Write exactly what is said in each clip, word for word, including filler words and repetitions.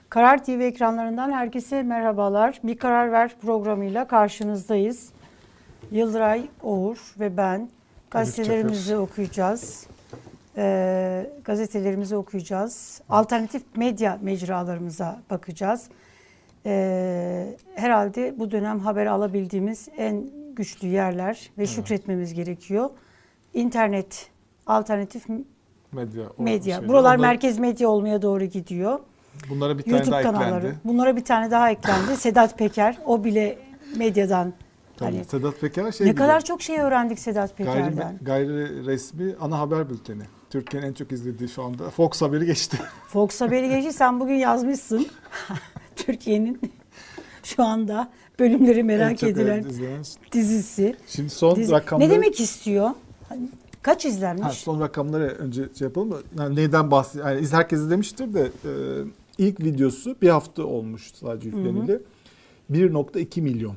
Karar T V ekranlarından herkese merhabalar. Bir Karar Ver programıyla karşınızdayız. Yıldıray Oğur ve ben gazetelerimizi okuyacağız. Ee, gazetelerimizi okuyacağız. Alternatif medya mecralarımıza bakacağız. Ee, herhalde bu dönem haber alabildiğimiz en güçlü yerler ve evet. şükretmemiz gerekiyor. İnternet, alternatif medya. medya. Buralar Onları... merkez medya olmaya doğru gidiyor. Bunlara bir tane YouTube daha kanalları. eklendi. Bunlara bir tane daha eklendi. Sedat Peker, o bile medyadan. Tabii, hani, Sedat Peker şey ne gibi, kadar çok şey öğrendik Sedat Peker'den. Gayri, gayri resmi ana haber bülteni. Türkiye'nin en çok izlediği şu anda. Fox Haberi geçti. Fox Haberi geçti. Sen bugün yazmışsın. Türkiye'nin şu anda bölümleri merak edilen dizisi. Şimdi son Dizi. rakamları... Ne demek istiyor? Kaç izlenmiş? Ha, son rakamları önce şey yapalım mı? Yani neyden bahsediyor? Yani herkes izlemiştir de e, ilk videosu bir hafta olmuş sadece yüklenili. bir nokta iki milyon.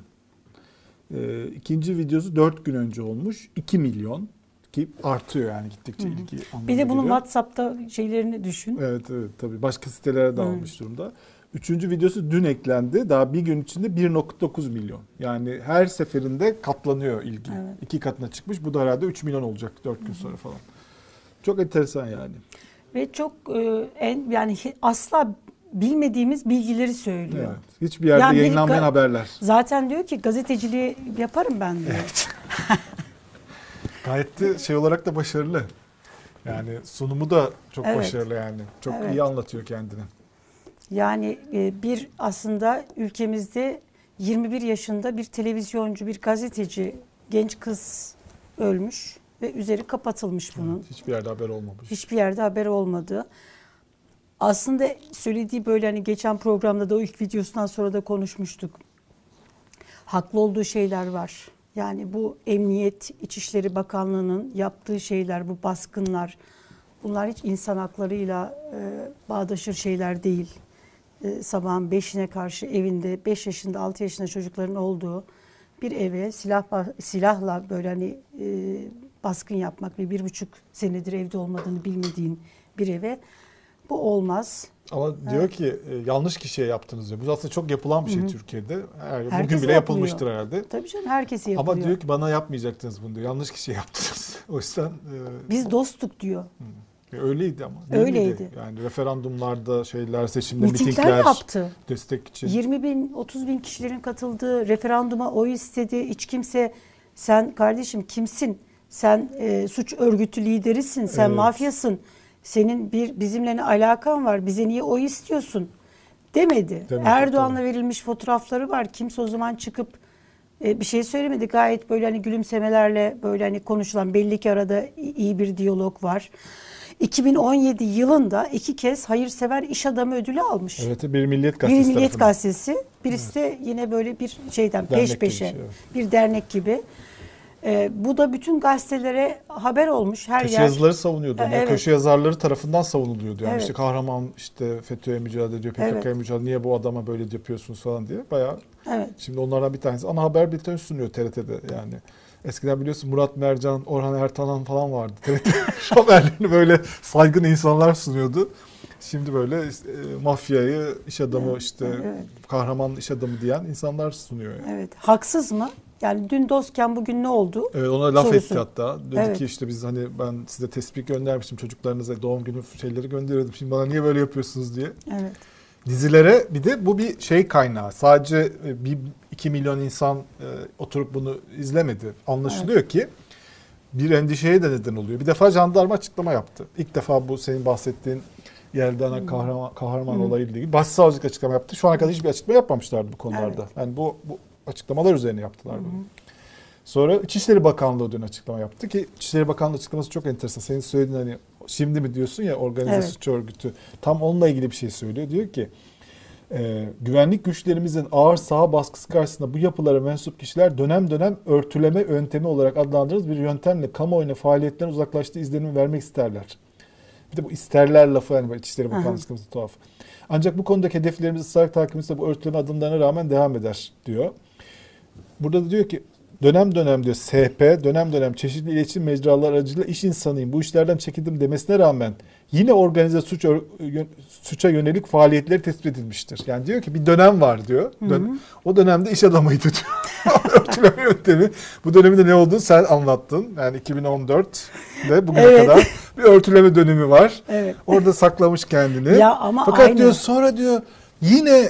E, ikinci videosu dört gün önce olmuş. iki milyon. Ki artıyor yani gittikçe ilgi anlamına Bir de bunun geliyor. WhatsApp'ta şeylerini düşün. Evet evet tabii. Başka sitelere dağılmış durumda. Üçüncü videosu dün eklendi. Daha bir gün içinde bir nokta dokuz milyon. Yani her seferinde katlanıyor ilgi. Evet. İki katına çıkmış. Bu da herhalde üç milyon olacak dört gün sonra falan. Çok enteresan yani. Ve çok e, en yani asla bilmediğimiz bilgileri söylüyor. Evet. Hiçbir yerde yani yayınlanmayan ga- haberler. Zaten diyor ki gazeteciliği yaparım ben diyor. Evet. Gayet de şey olarak da başarılı. Yani sunumu da çok evet. başarılı yani. Çok evet. iyi anlatıyor kendini. Yani bir aslında ülkemizde yirmi bir yaşında bir televizyoncu, bir gazeteci, genç kız ölmüş ve üzeri kapatılmış bunun. Evet, hiçbir yerde haber olmamış. Hiçbir yerde haber olmadı. Aslında söylediği böyle hani geçen programda da o ilk videosundan sonra da konuşmuştuk. Haklı olduğu şeyler var. Yani bu Emniyet İçişleri Bakanlığı'nın yaptığı şeyler, bu baskınlar, bunlar hiç insan haklarıyla e, bağdaşır şeyler değil. E, sabahın beşine karşı evinde beş yaşında altı yaşında çocukların olduğu bir eve silah silahla böyle hani e, baskın yapmak ve bir buçuk senedir evde olmadığını bilmediğin bir eve bu olmaz. Ama diyor evet. ki e, yanlış kişiye yaptınız diyor. Bu aslında çok yapılan bir şey Hı-hı. Türkiye'de. Her, bugün bile yapılıyor. yapılmıştır herhalde. Tabii canım herkesi yapılıyor. Ama diyor ki bana yapmayacaktınız bunu diyor. Yanlış kişiye yaptınız. O yüzden... E, Biz dosttuk diyor. Hı. Öyleydi ama. Öyleydi. Miydi? Yani referandumlarda, şeyler, seçimde, mitingler, mitingler yaptı. Destek için. yirmi bin, otuz bin kişilerin katıldığı referanduma oy istedi. Hiç kimse sen kardeşim kimsin? Sen e, suç örgütü liderisin. Sen evet. mafyasın. Senin bir bizimle ne alakan var? Bize niye oy istiyorsun? Demedi. Demedi Erdoğan'la tabii. verilmiş fotoğrafları var. Kimse o zaman çıkıp e, bir şey söylemedi. Gayet böyle hani gülümsemelerle böyle hani konuşulan belli ki arada iyi bir diyalog var. iki bin on yedi yılında iki kez hayırsever iş adamı ödülü almış. Evet, bir Milliyet Gazetesi. Bir Milliyet Gazetesi. Birisi evet. de yine böyle bir şeyden dernek peş peşe şey, evet. bir dernek gibi. Ee, bu da bütün gazetelere haber olmuş. Her köşe yer. yazıları savunuyordu. Evet. Köşe yazarları tarafından savunuluyordu. Yani evet. işte kahraman işte FETÖ'ye mücadele ediyor, P K K'ya evet. mücadele, niye bu adama böyle yapıyorsunuz falan diye. Bayağı. Evet. Şimdi onlardan bir tanesi ana haber bülteni sunuyor T R T'de yani. Eskiden biliyorsun Murat Mercan, Orhan Ertalan falan vardı. T R T haberlerini böyle saygın insanlar sunuyordu. Şimdi böyle işte, e, mafyayı, iş adamı evet. işte evet. kahraman iş adamı diyen insanlar sunuyor. Yani. Evet. Haksız mı? Yani dün dostken bugün ne oldu? Evet, ona laf sorusu. etti hatta. Dedi evet. ki işte biz hani ben size tespih göndermiştim, çocuklarınıza doğum günü şeyleri gönderiyordum. Şimdi bana niye böyle yapıyorsunuz diye. Evet. Dizilere bir de bu bir şey kaynağı. Sadece bir iki milyon insan e, oturup bunu izlemedi. Anlaşılıyor evet. ki bir endişeye de neden oluyor. Bir defa jandarma açıklama yaptı. İlk defa bu senin bahsettiğin yerden hmm. kahraman, kahraman hmm. olayıyla ilgili başsavcılık açıklama yaptı. Şu ana kadar hiçbir açıklama yapmamışlardı bu konularda. Evet. Yani bu, bu açıklamalar üzerine yaptılar bunu. Hmm. Sonra İçişleri Bakanlığı dün açıklama yaptı ki İçişleri Bakanlığı açıklaması çok enteresan. Senin söylediğin hani şimdi mi diyorsun ya organize evet. suç örgütü tam onunla ilgili bir şey söylüyor. Diyor ki e, güvenlik güçlerimizin ağır saha baskısı karşısında bu yapılara mensup kişiler dönem dönem örtüleme yöntemi olarak adlandırdığımız bir yöntemle kamuoyuna faaliyetten uzaklaştığı izlenimi vermek isterler. Bir de bu isterler lafı yani İçişleri Bakanlığı açıklaması tuhaf. Ancak bu konudaki hedeflerimiz ısrar takibimizde bu örtüleme adımlarına rağmen devam eder diyor. Burada da diyor ki dönem dönem diyor S P, dönem dönem çeşitli iletişim mecraları aracılığıyla iş insanıyım, bu işlerden çekildim demesine rağmen yine organize suç suça yönelik faaliyetleri tespit edilmiştir. Yani diyor ki bir dönem var diyor. Hı hı. O dönemde iş adamıydı diyor. Örtüleme yöntemi. Bu dönemin de ne olduğunu sen anlattın. Yani iki bin on dörtte bugüne evet. kadar bir örtüleme dönemi var. Evet. Orada saklamış kendini. Ya ama Fakat aynı. diyor sonra diyor yine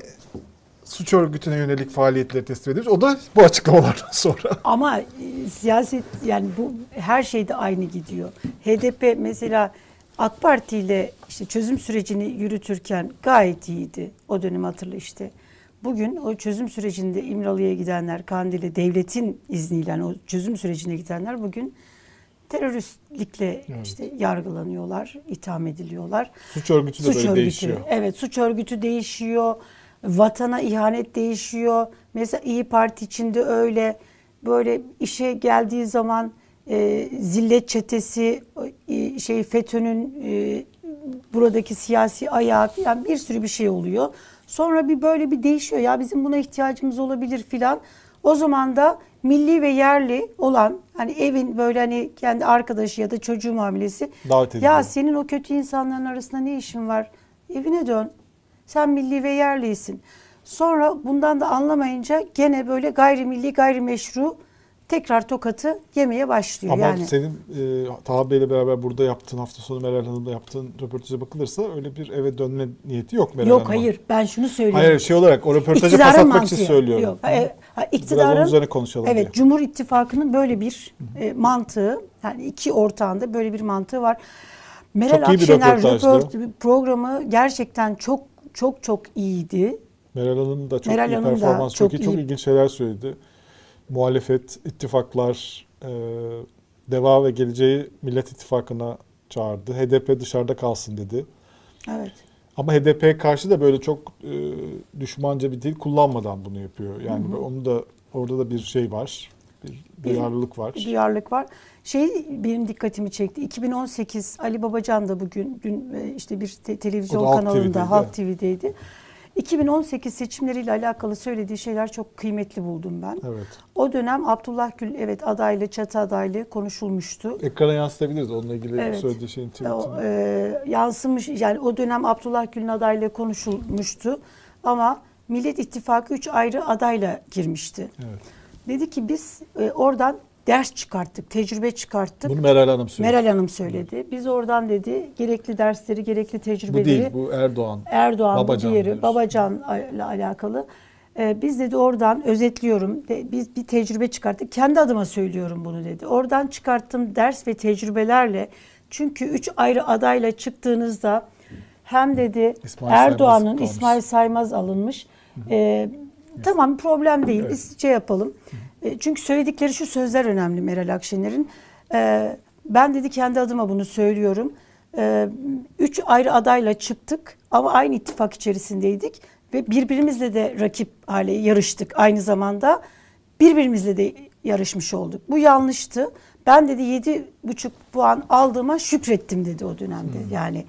suç örgütüne yönelik faaliyetleri tespit edilmiş. O da bu açıklamalardan sonra. Ama e, siyaset yani bu her şeyde aynı gidiyor. H D P mesela AK Parti ile işte çözüm sürecini yürütürken gayet iyiydi. O dönemi hatırla işte. Bugün o çözüm sürecinde İmralı'ya gidenler, Kandil'e devletin izniyle yani o çözüm sürecine gidenler bugün teröristlikle evet. işte yargılanıyorlar, itham ediliyorlar. Suç örgütü de suç böyle örgütü, değişiyor. Evet, suç örgütü değişiyor. Vatana ihanet değişiyor. Mesela İyi Parti içinde öyle böyle işe geldiği zaman e, zillet çetesi, e, şey FETÖ'nün e, buradaki siyasi ayağı yani bir sürü bir şey oluyor. Sonra bir böyle bir değişiyor. Ya bizim buna ihtiyacımız olabilir filan. O zaman da milli ve yerli olan hani evin böyle hani kendi arkadaşı ya da çocuğu muamelesi. Ya senin o kötü insanların arasında ne işin var? Evine dön. Sen milli ve yerlisin. Sonra bundan da anlamayınca gene böyle gayrimilli, gayrimeşru tekrar tokatı yemeye başlıyor. Ama yani. senin e, Taha Bey'le beraber burada yaptığın, hafta sonu Meral Hanım'da yaptığın röportaja bakılırsa öyle bir eve dönme niyeti yok Meral Yok Hanım'a. hayır ben şunu söylüyorum. Hayır şey olarak o röportaja pas atmak için söylüyorum. Yok. E, iktidarın, Biraz onun üzerine konuşalım evet, diye. Cumhur İttifakı'nın böyle bir e, mantığı yani iki ortağında böyle bir mantığı var. Meral çok iyi bir Akşener röportajdı. Programı gerçekten çok çok çok iyiydi. Meral Hanım da çok Meral iyi Hanım performans, çok, çok iyi, iyi, çok ilginç şeyler söyledi. Muhalefet, ittifaklar, e, Deva ve Geleceği Millet İttifakı'na çağırdı. H D P dışarıda kalsın dedi. Evet. Ama H D P'ye karşı da böyle çok e, düşmanca bir dil kullanmadan bunu yapıyor. Yani hı hı. onu da orada da bir şey var. Bir duyarlılık var. Bir duyarlılık var. Şey benim dikkatimi çekti. iki bin on sekiz Ali Babacan da bugün dün işte bir te- televizyon kanalında Halk T V'deydi. iki bin on sekiz seçimleriyle alakalı söylediği şeyler çok kıymetli buldum ben. Evet. O dönem Abdullah Gül evet adaylı, çatı adaylı konuşulmuştu. Ekrana yansıtabiliriz onunla ilgili evet. söylediği şeyin tweetini. O, e, yansımış yani o dönem Abdullah Gül'ün adaylığı konuşulmuştu ama Millet İttifakı üç ayrı adayla girmişti. Evet. Dedi ki biz e, oradan ders çıkarttık, tecrübe çıkarttık. Bunu Meral Hanım söyledi. Meral Hanım söyledi. Evet. Biz oradan dedi gerekli dersleri, gerekli tecrübeleri. Bu değil, bu Erdoğan. Erdoğan, Babacan diğeri, diyoruz. Babacan'la alakalı. Ee, biz dedi oradan özetliyorum. De, biz bir tecrübe çıkarttık. Kendi adıma söylüyorum bunu dedi. Oradan çıkarttığım ders ve tecrübelerle çünkü üç ayrı adayla çıktığınızda hem dedi İsmail Erdoğan'ın Saymaz İsmail Saymaz alınmış. Ee, tamam problem değil. Evet. Biz şey yapalım. Çünkü söyledikleri şu sözler önemli Meral Akşener'in. Ee, ben dedi kendi adıma bunu söylüyorum. Ee, üç ayrı adayla çıktık ama aynı ittifak içerisindeydik. Ve birbirimizle de rakip hale yarıştık. Aynı zamanda birbirimizle de yarışmış olduk. Bu yanlıştı. Ben dedi yedi buçuk puan aldığıma şükrettim dedi o dönemde. Hmm. Yani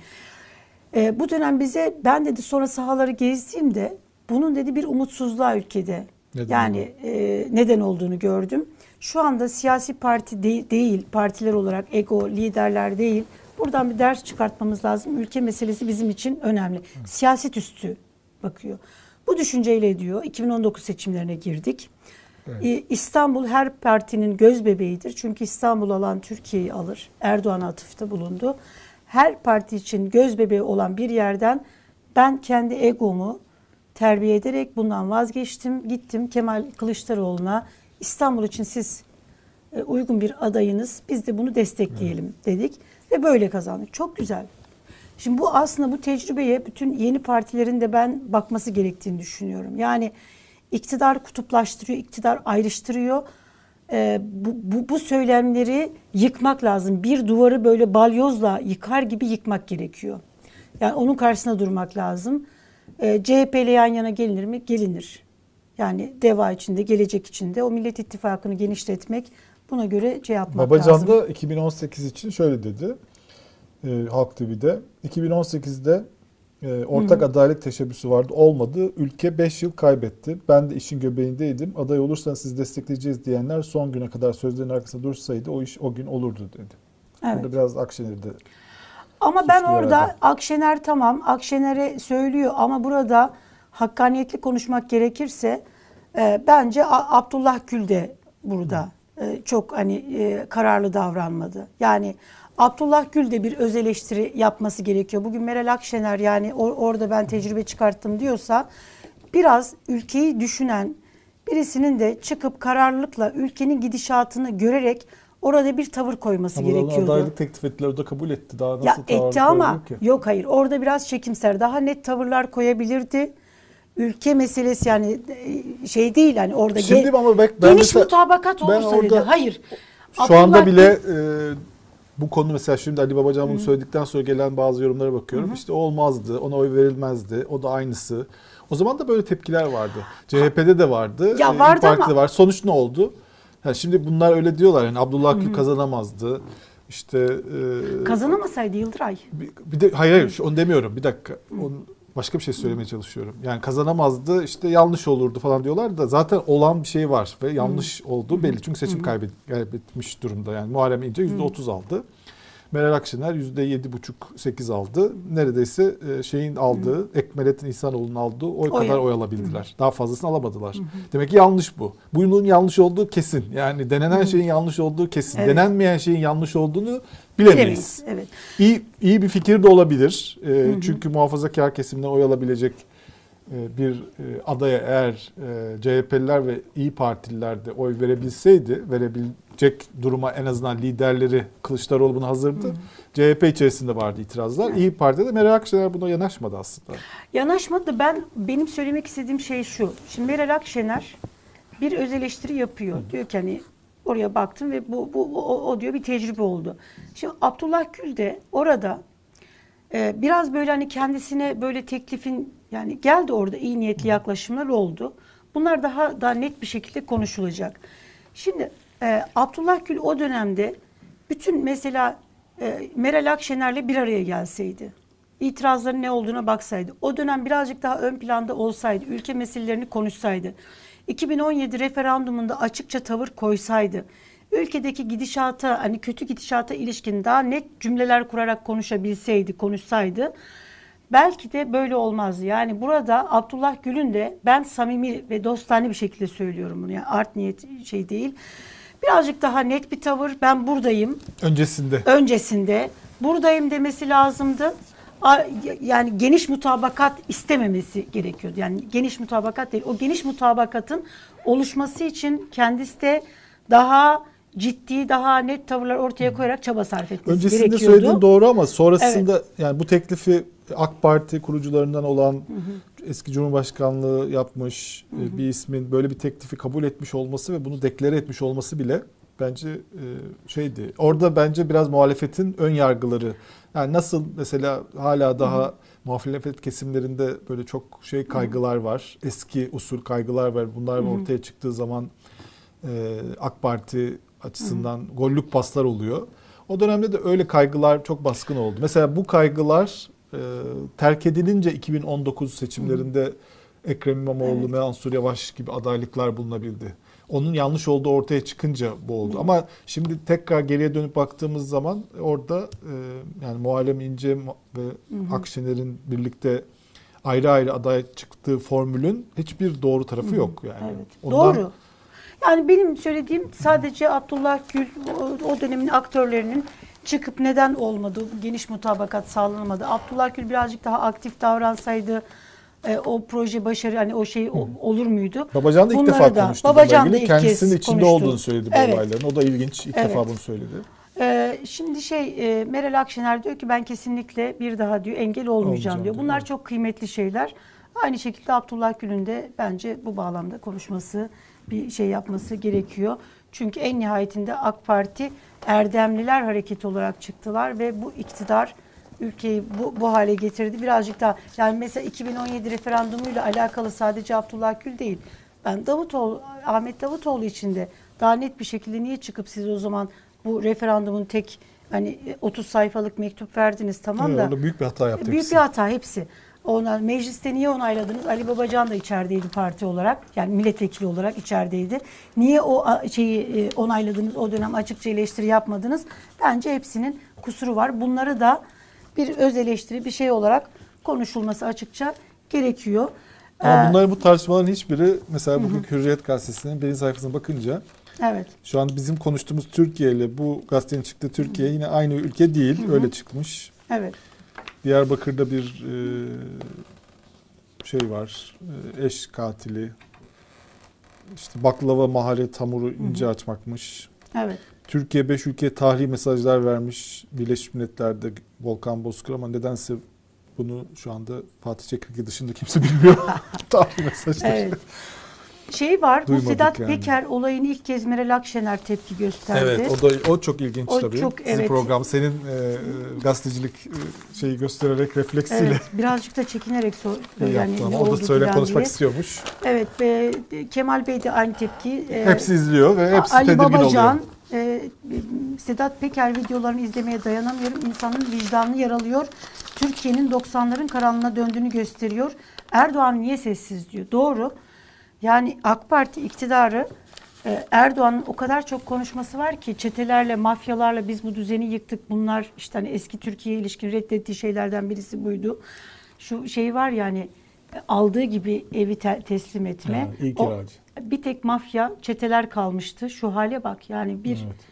e, bu dönem bize ben dedi sonra sahaları gezdiğimde bunun dedi bir umutsuzluğa ülkede neden yani e, neden olduğunu gördüm. Şu anda siyasi parti de, değil, partiler olarak ego, liderler değil. Buradan bir ders çıkartmamız lazım. Ülke meselesi bizim için önemli. Hı. Siyaset üstü bakıyor. Bu düşünceyle diyor iki bin on dokuz seçimlerine girdik. Evet. Ee, İstanbul her partinin göz bebeğidir. Çünkü İstanbul alan Türkiye'yi alır. Erdoğan'a atıfta bulundu. Her parti için göz bebeği olan bir yerden ben kendi egomu terbiye ederek bundan vazgeçtim. Gittim Kemal Kılıçdaroğlu'na İstanbul için siz e, uygun bir adayınız. Biz de bunu destekleyelim evet. dedik. Ve böyle kazandık. Çok güzel. Şimdi bu aslında bu tecrübeye bütün yeni partilerin de ben bakması gerektiğini düşünüyorum. Yani iktidar kutuplaştırıyor, iktidar ayrıştırıyor. Ee, bu, bu, bu söylemleri yıkmak lazım. Bir duvarı böyle balyozla yıkar gibi yıkmak gerekiyor. Yani onun karşısına durmak lazım. Ee, C H P ile yan yana gelinir mi? Gelinir. Yani Deva içinde, Gelecek içinde o Millet İttifakı'nı genişletmek, buna göre şey yapmak Babacan lazım. Babacan da iki bin on sekiz için şöyle dedi. E, Halk T V'de. iki bin on sekizde e, ortak Hı. adalet teşebbüsü vardı. Olmadı. Ülke beş yıl kaybetti. Ben de işin göbeğindeydim. Aday olursanız sizi destekleyeceğiz diyenler son güne kadar sözlerin arkasında dursaydı o iş o gün olurdu dedi. Evet. Burada biraz Akşener'de Ama ben suçluyor orada herhalde. Akşener tamam, Akşener'e söylüyor ama burada hakkaniyetli konuşmak gerekirse e, bence A- Abdullah Gül de burada e, çok hani e, kararlı davranmadı. Yani Abdullah Gül de bir öz eleştiri yapması gerekiyor. Bugün Meral Akşener yani or- orada ben tecrübe çıkarttım diyorsa biraz ülkeyi düşünen birisinin de çıkıp kararlılıkla ülkenin gidişatını görerek orada bir tavır koyması Ama ona gerekiyordu. adaylık teklif ettiler, o da kabul etti. Daha nasıl Ya taarruz etti ama koyabilir ki? yok hayır orada biraz çekimser daha net tavırlar koyabilirdi. Ülke meselesi yani e, şey değil hani orada Şimdi ge- ama bak ben geniş mesela- mutabakat ben olursa dedi. orada- Hayır. Şu Abdullah anda Gül- bile e, bu konu mesela şimdi Ali Babacan bunu söyledikten sonra gelen bazı yorumlara bakıyorum. İşte olmazdı, ona oy verilmezdi, o da aynısı. O zaman da böyle tepkiler vardı. C H P'de de vardı, Ya e, İYİ vardı Parti'de ama- var. Sonuç ne oldu? Ha, şimdi bunlar öyle diyorlar yani Abdullah Gül kazanamazdı. İşte e, kazanamasaydı Yıldıray. bir, bir de hayır hayır onu demiyorum. Bir dakika. Onu, başka bir şey söylemeye çalışıyorum. Yani kazanamazdı, işte yanlış olurdu falan diyorlar da zaten olan bir şey var ve yanlış olduğu belli. Çünkü seçim kaybet, kaybetmiş durumda. Yani Muharrem İnce yüzde otuz aldı. Meral Akşener yüzde yedi buçuk sekiz aldı. Neredeyse e, şeyin aldığı, Ekmelettin İhsanoğlu'nun aldığı oy Oy. kadar oy alabildiler. Daha fazlasını alamadılar. Demek ki yanlış bu. Bunun yanlış olduğu kesin. Yani denenen şeyin yanlış olduğu kesin. Evet. Denenmeyen şeyin yanlış olduğunu bilemeyiz. Bilemeyiz. Evet. İyi, iyi bir fikir de olabilir. E, çünkü muhafazakar kesimden oy alabilecek e, bir e, adaya eğer e, C H P'liler ve İyi Partililer de oy verebilseydi, verebilecek duruma en azından liderleri Kılıçdaroğlu buna hazırdı. Hı hı. C H P içerisinde vardı itirazlar. Evet. İyi Parti'de de Meral Akşener buna yanaşmadı aslında. Yanaşmadı da ben benim söylemek istediğim şey şu. Şimdi Meral Akşener bir öz eleştiri yapıyor. Hı. Diyor ki hani oraya baktım ve bu, bu o, o diyor bir tecrübe oldu. Şimdi Abdullah Gül de orada e, biraz böyle hani kendisine böyle teklifin yani geldi orada iyi niyetli yaklaşımlar oldu. Bunlar daha daha net bir şekilde konuşulacak. Şimdi e, Abdullah Gül o dönemde bütün mesela e, Meral Akşener'le bir araya gelseydi, itirazların ne olduğuna baksaydı, o dönem birazcık daha ön planda olsaydı, ülke meselelerini konuşsaydı, iki bin on yedi referandumunda açıkça tavır koysaydı, ülkedeki gidişata hani kötü gidişata ilişkin daha net cümleler kurarak konuşabilseydi, konuşsaydı belki de böyle olmazdı. Yani burada Abdullah Gül'ün de ben samimi ve dostane bir şekilde söylüyorum bunu. Yani art niyet şey değil. Birazcık daha net bir tavır. Ben buradayım. Öncesinde. Öncesinde buradayım demesi lazımdı. Yani geniş mutabakat istememesi gerekiyordu. Yani geniş mutabakat değil. O geniş mutabakatın oluşması için kendisi de daha ciddi, daha net tavırlar ortaya koyarak çaba sarf etmesi Öncesinde gerekiyordu. Öncesinde söylediğin doğru ama sonrasında Evet. yani bu teklifi AK Parti kurucularından olan hı hı. eski Cumhurbaşkanlığı yapmış hı hı. bir ismin böyle bir teklifi kabul etmiş olması ve bunu deklare etmiş olması bile bence şeydi. Orada bence biraz muhalefetin ön yargıları. Yani nasıl mesela hala daha hı hı. muhalefet kesimlerinde böyle çok şey kaygılar var. Eski usul kaygılar var. Bunlar hı hı. ortaya çıktığı zaman AK Parti açısından hı hı. gollük paslar oluyor. O dönemde de öyle kaygılar çok baskın oldu. Mesela bu kaygılar e, terk edilince iki bin on dokuz seçimlerinde hı. Ekrem İmamoğlu, evet. Mansur Yavaş gibi adaylıklar bulunabildi. Onun yanlış olduğu ortaya çıkınca bu oldu. Hı. Ama şimdi tekrar geriye dönüp baktığımız zaman orada e, yani Muharrem İnce ve hı. Akşener'in birlikte ayrı ayrı aday çıktığı formülün hiçbir doğru tarafı hı. yok. Yani. Evet. Ondan, doğru. Yani benim söylediğim sadece Abdullah Gül o dönemin aktörlerinin çıkıp neden olmadı, geniş mutabakat sağlanamadı. Abdullah Gül birazcık daha aktif davransaydı e, o proje başarı hani o şey o, olur muydu? Babacan da ilk Bunları defa da, konuştu. Babacan da ilgili. ilk Kendisinin kez içinde konuştu. olduğunu söyledi bu evet. olayların. O da ilginç. İlk evet. defa bunu söyledi. Ee, şimdi şey e, Meral Akşener diyor ki ben kesinlikle bir daha diyor engel olmayacağım, olmayacağım diyor. Bunlar evet. çok kıymetli şeyler. Aynı şekilde Abdullah Gül'ün de bence bu bağlamda konuşması, bir şey yapması gerekiyor. Çünkü en nihayetinde AK Parti Erdemliler Hareketi olarak çıktılar ve bu iktidar ülkeyi bu, bu hale getirdi. Birazcık daha yani mesela iki bin on yedi referandumuyla alakalı sadece Abdullah Gül değil. Ben Davutoğlu, Ahmet Davutoğlu için de daha net bir şekilde niye çıkıp siz o zaman bu referandumun tek hani otuz sayfalık mektup verdiniz tamam evet, da. Orada büyük bir hata yaptı. Büyük hepsi. bir hata hepsi. Ona, mecliste niye onayladınız? Ali Babacan da içerideydi parti olarak. Yani milletvekili olarak içerideydi. Niye o şeyi onayladınız? O dönem açıkça eleştiri yapmadınız. Bence hepsinin kusuru var. Bunları da bir öz eleştiri, bir şey olarak konuşulması açıkça gerekiyor. Ama Ee, bunların bu tartışmaların hiçbiri mesela bugün Hürriyet Gazetesi'nin birinci sayfasına bakınca evet. şu an bizim konuştuğumuz Türkiye ile bu gazetenin çıktığı Türkiye yine aynı ülke değil. Hı hı. Öyle çıkmış. Evet. Diyarbakır'da bir e, şey var. E, eş katili. İşte baklava maharet hamuru ince açmakmış. Evet. Türkiye beş ülkeye tahriş mesajlar vermiş. Birleşmiş Milletler'de Volkan Bozkır ama nedense bunu şu anda Fatih Çekirge dışında kimse bilmiyor. Tahriş mesajları. Evet. Şey var, bu Duymadık Sedat yani. Peker olayını ilk kez Meral Akşener tepki gösterdi. Evet, o da o çok ilginç O tabii. çok, Sizin evet. program senin e, gazetecilik e, şeyi göstererek refleksiyle Evet, birazcık da çekinerek sor, yani yaptı ama ne o da oldu söyle filan konuşmak diye. istiyormuş. Evet, ve Kemal Bey de aynı tepki. e, Hepsi izliyor ve hepsi Ali tedirgin Babacan, oluyor. e, Sedat Peker videolarını izlemeye dayanamıyorum. İnsanın vicdanını yaralıyor. Türkiye'nin doksanların karanlığına döndüğünü gösteriyor. Erdoğan niye sessiz diyor. Doğru. Yani AK Parti iktidarı, e, Erdoğan'ın o kadar çok konuşması var ki çetelerle, mafyalarla biz bu düzeni yıktık. Bunlar işte hani eski Türkiye'ye ilişkin reddettiği şeylerden birisi buydu. Şu şey var yani aldığı gibi evi te- teslim etme. Ha, iyi O- kiracı. bir tek mafya, çeteler kalmıştı. Şu hale bak yani bir Evet.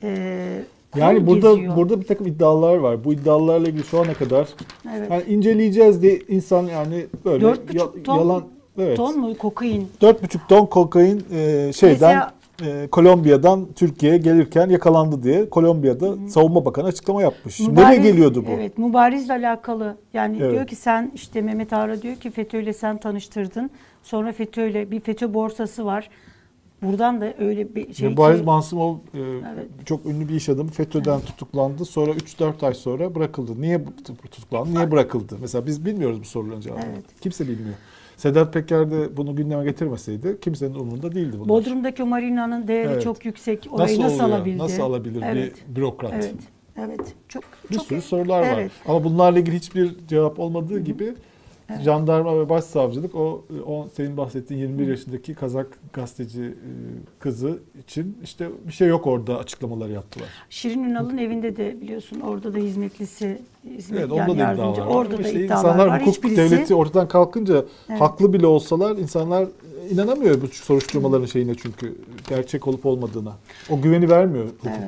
e, Yani kol burada geziyor. burada bir takım iddialar var. Bu iddialarla ilgili şu ana kadar Evet. yani inceleyeceğiz diye insan yani böyle Dört buçuk ya- ton- yalan evet. Ton mu kokain? dört buçuk ton kokain e, şeyden Mesela- e, Kolombiya'dan Türkiye'ye gelirken yakalandı diye Kolombiya'da Savunma Bakanı açıklama yapmış. Nereye Mübariz- geliyordu bu? Evet, Mübariz'le alakalı. Yani Evet. diyor ki sen işte Mehmet Ağar diyor ki FETÖ'yle sen tanıştırdın. Sonra FETÖ'yle bir FETÖ borsası var. Buradan da öyle bir şey Mübariz ki Mansımov e, Evet. çok ünlü bir iş adamı FETÖ'den tutuklandı. Sonra üç dört ay sonra bırakıldı. Niye bu- tutuklandı? Niye bırakıldı? Mesela biz bilmiyoruz bu soruların cevabını. Evet. Kimse bilmiyor. Sedat Peker de bunu gündeme getirmeseydi kimsenin umurunda değildi bunlar. Bodrum'daki o marinanın değeri Evet. çok yüksek. Orayı nasıl, oluyor? alabildi? Nasıl alabilir Evet. bir bürokrat? Evet. Evet. Çok Bir çok sürü sorular var. Evet. Ama bunlarla ilgili hiçbir cevap olmadığı gibi jandarma ve başsavcılık o, o senin bahsettiğin yirmi bir yaşındaki Kazak gazeteci e, kızı için işte bir şey yok orada açıklamalar yaptılar. Şirin Ünal'ın evinde de biliyorsun orada da hizmetlisi, hizmet, Evet, onda yani da iddialar yardımcı. var. Orada Ama da işte iddialar insanlar var. hukuk Hiçbirisi devleti ortadan kalkınca Evet. haklı bile olsalar insanlar inanamıyor bu soruşturmaların şeyine çünkü gerçek olup olmadığına. O güveni vermiyor hukuk. Evet.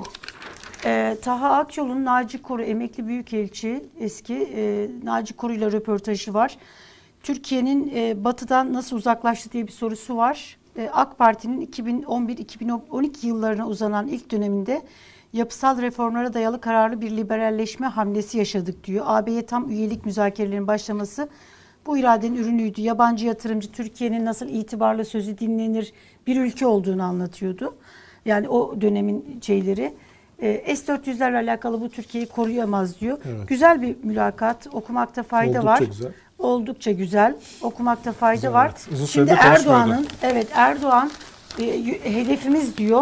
Ee, Taha Akyol'un Naci Koru emekli büyükelçi eski e, Naci Koru'yla röportajı var. Türkiye'nin e, batıdan nasıl uzaklaştı diye bir sorusu var. E, AK Parti'nin iki bin on bir iki bin on iki yıllarına uzanan ilk döneminde yapısal reformlara dayalı kararlı bir liberalleşme hamlesi yaşadık diyor. A B'ye tam üyelik müzakerelerinin başlaması bu iradenin ürünüydü. Yabancı yatırımcı Türkiye'nin nasıl itibarlı sözü dinlenir bir ülke olduğunu anlatıyordu. Yani o dönemin şeyleri. E, S dört yüzlerle alakalı bu Türkiye'yi koruyamaz diyor. Evet. Güzel bir mülakat. Okumakta fayda Oldukça var. güzel. Oldukça güzel. Okumakta fayda Güzel, var. evet. Uzun Şimdi süredir konuşmuyordu. Erdoğan'ın evet Erdoğan e, y- hedefimiz diyor.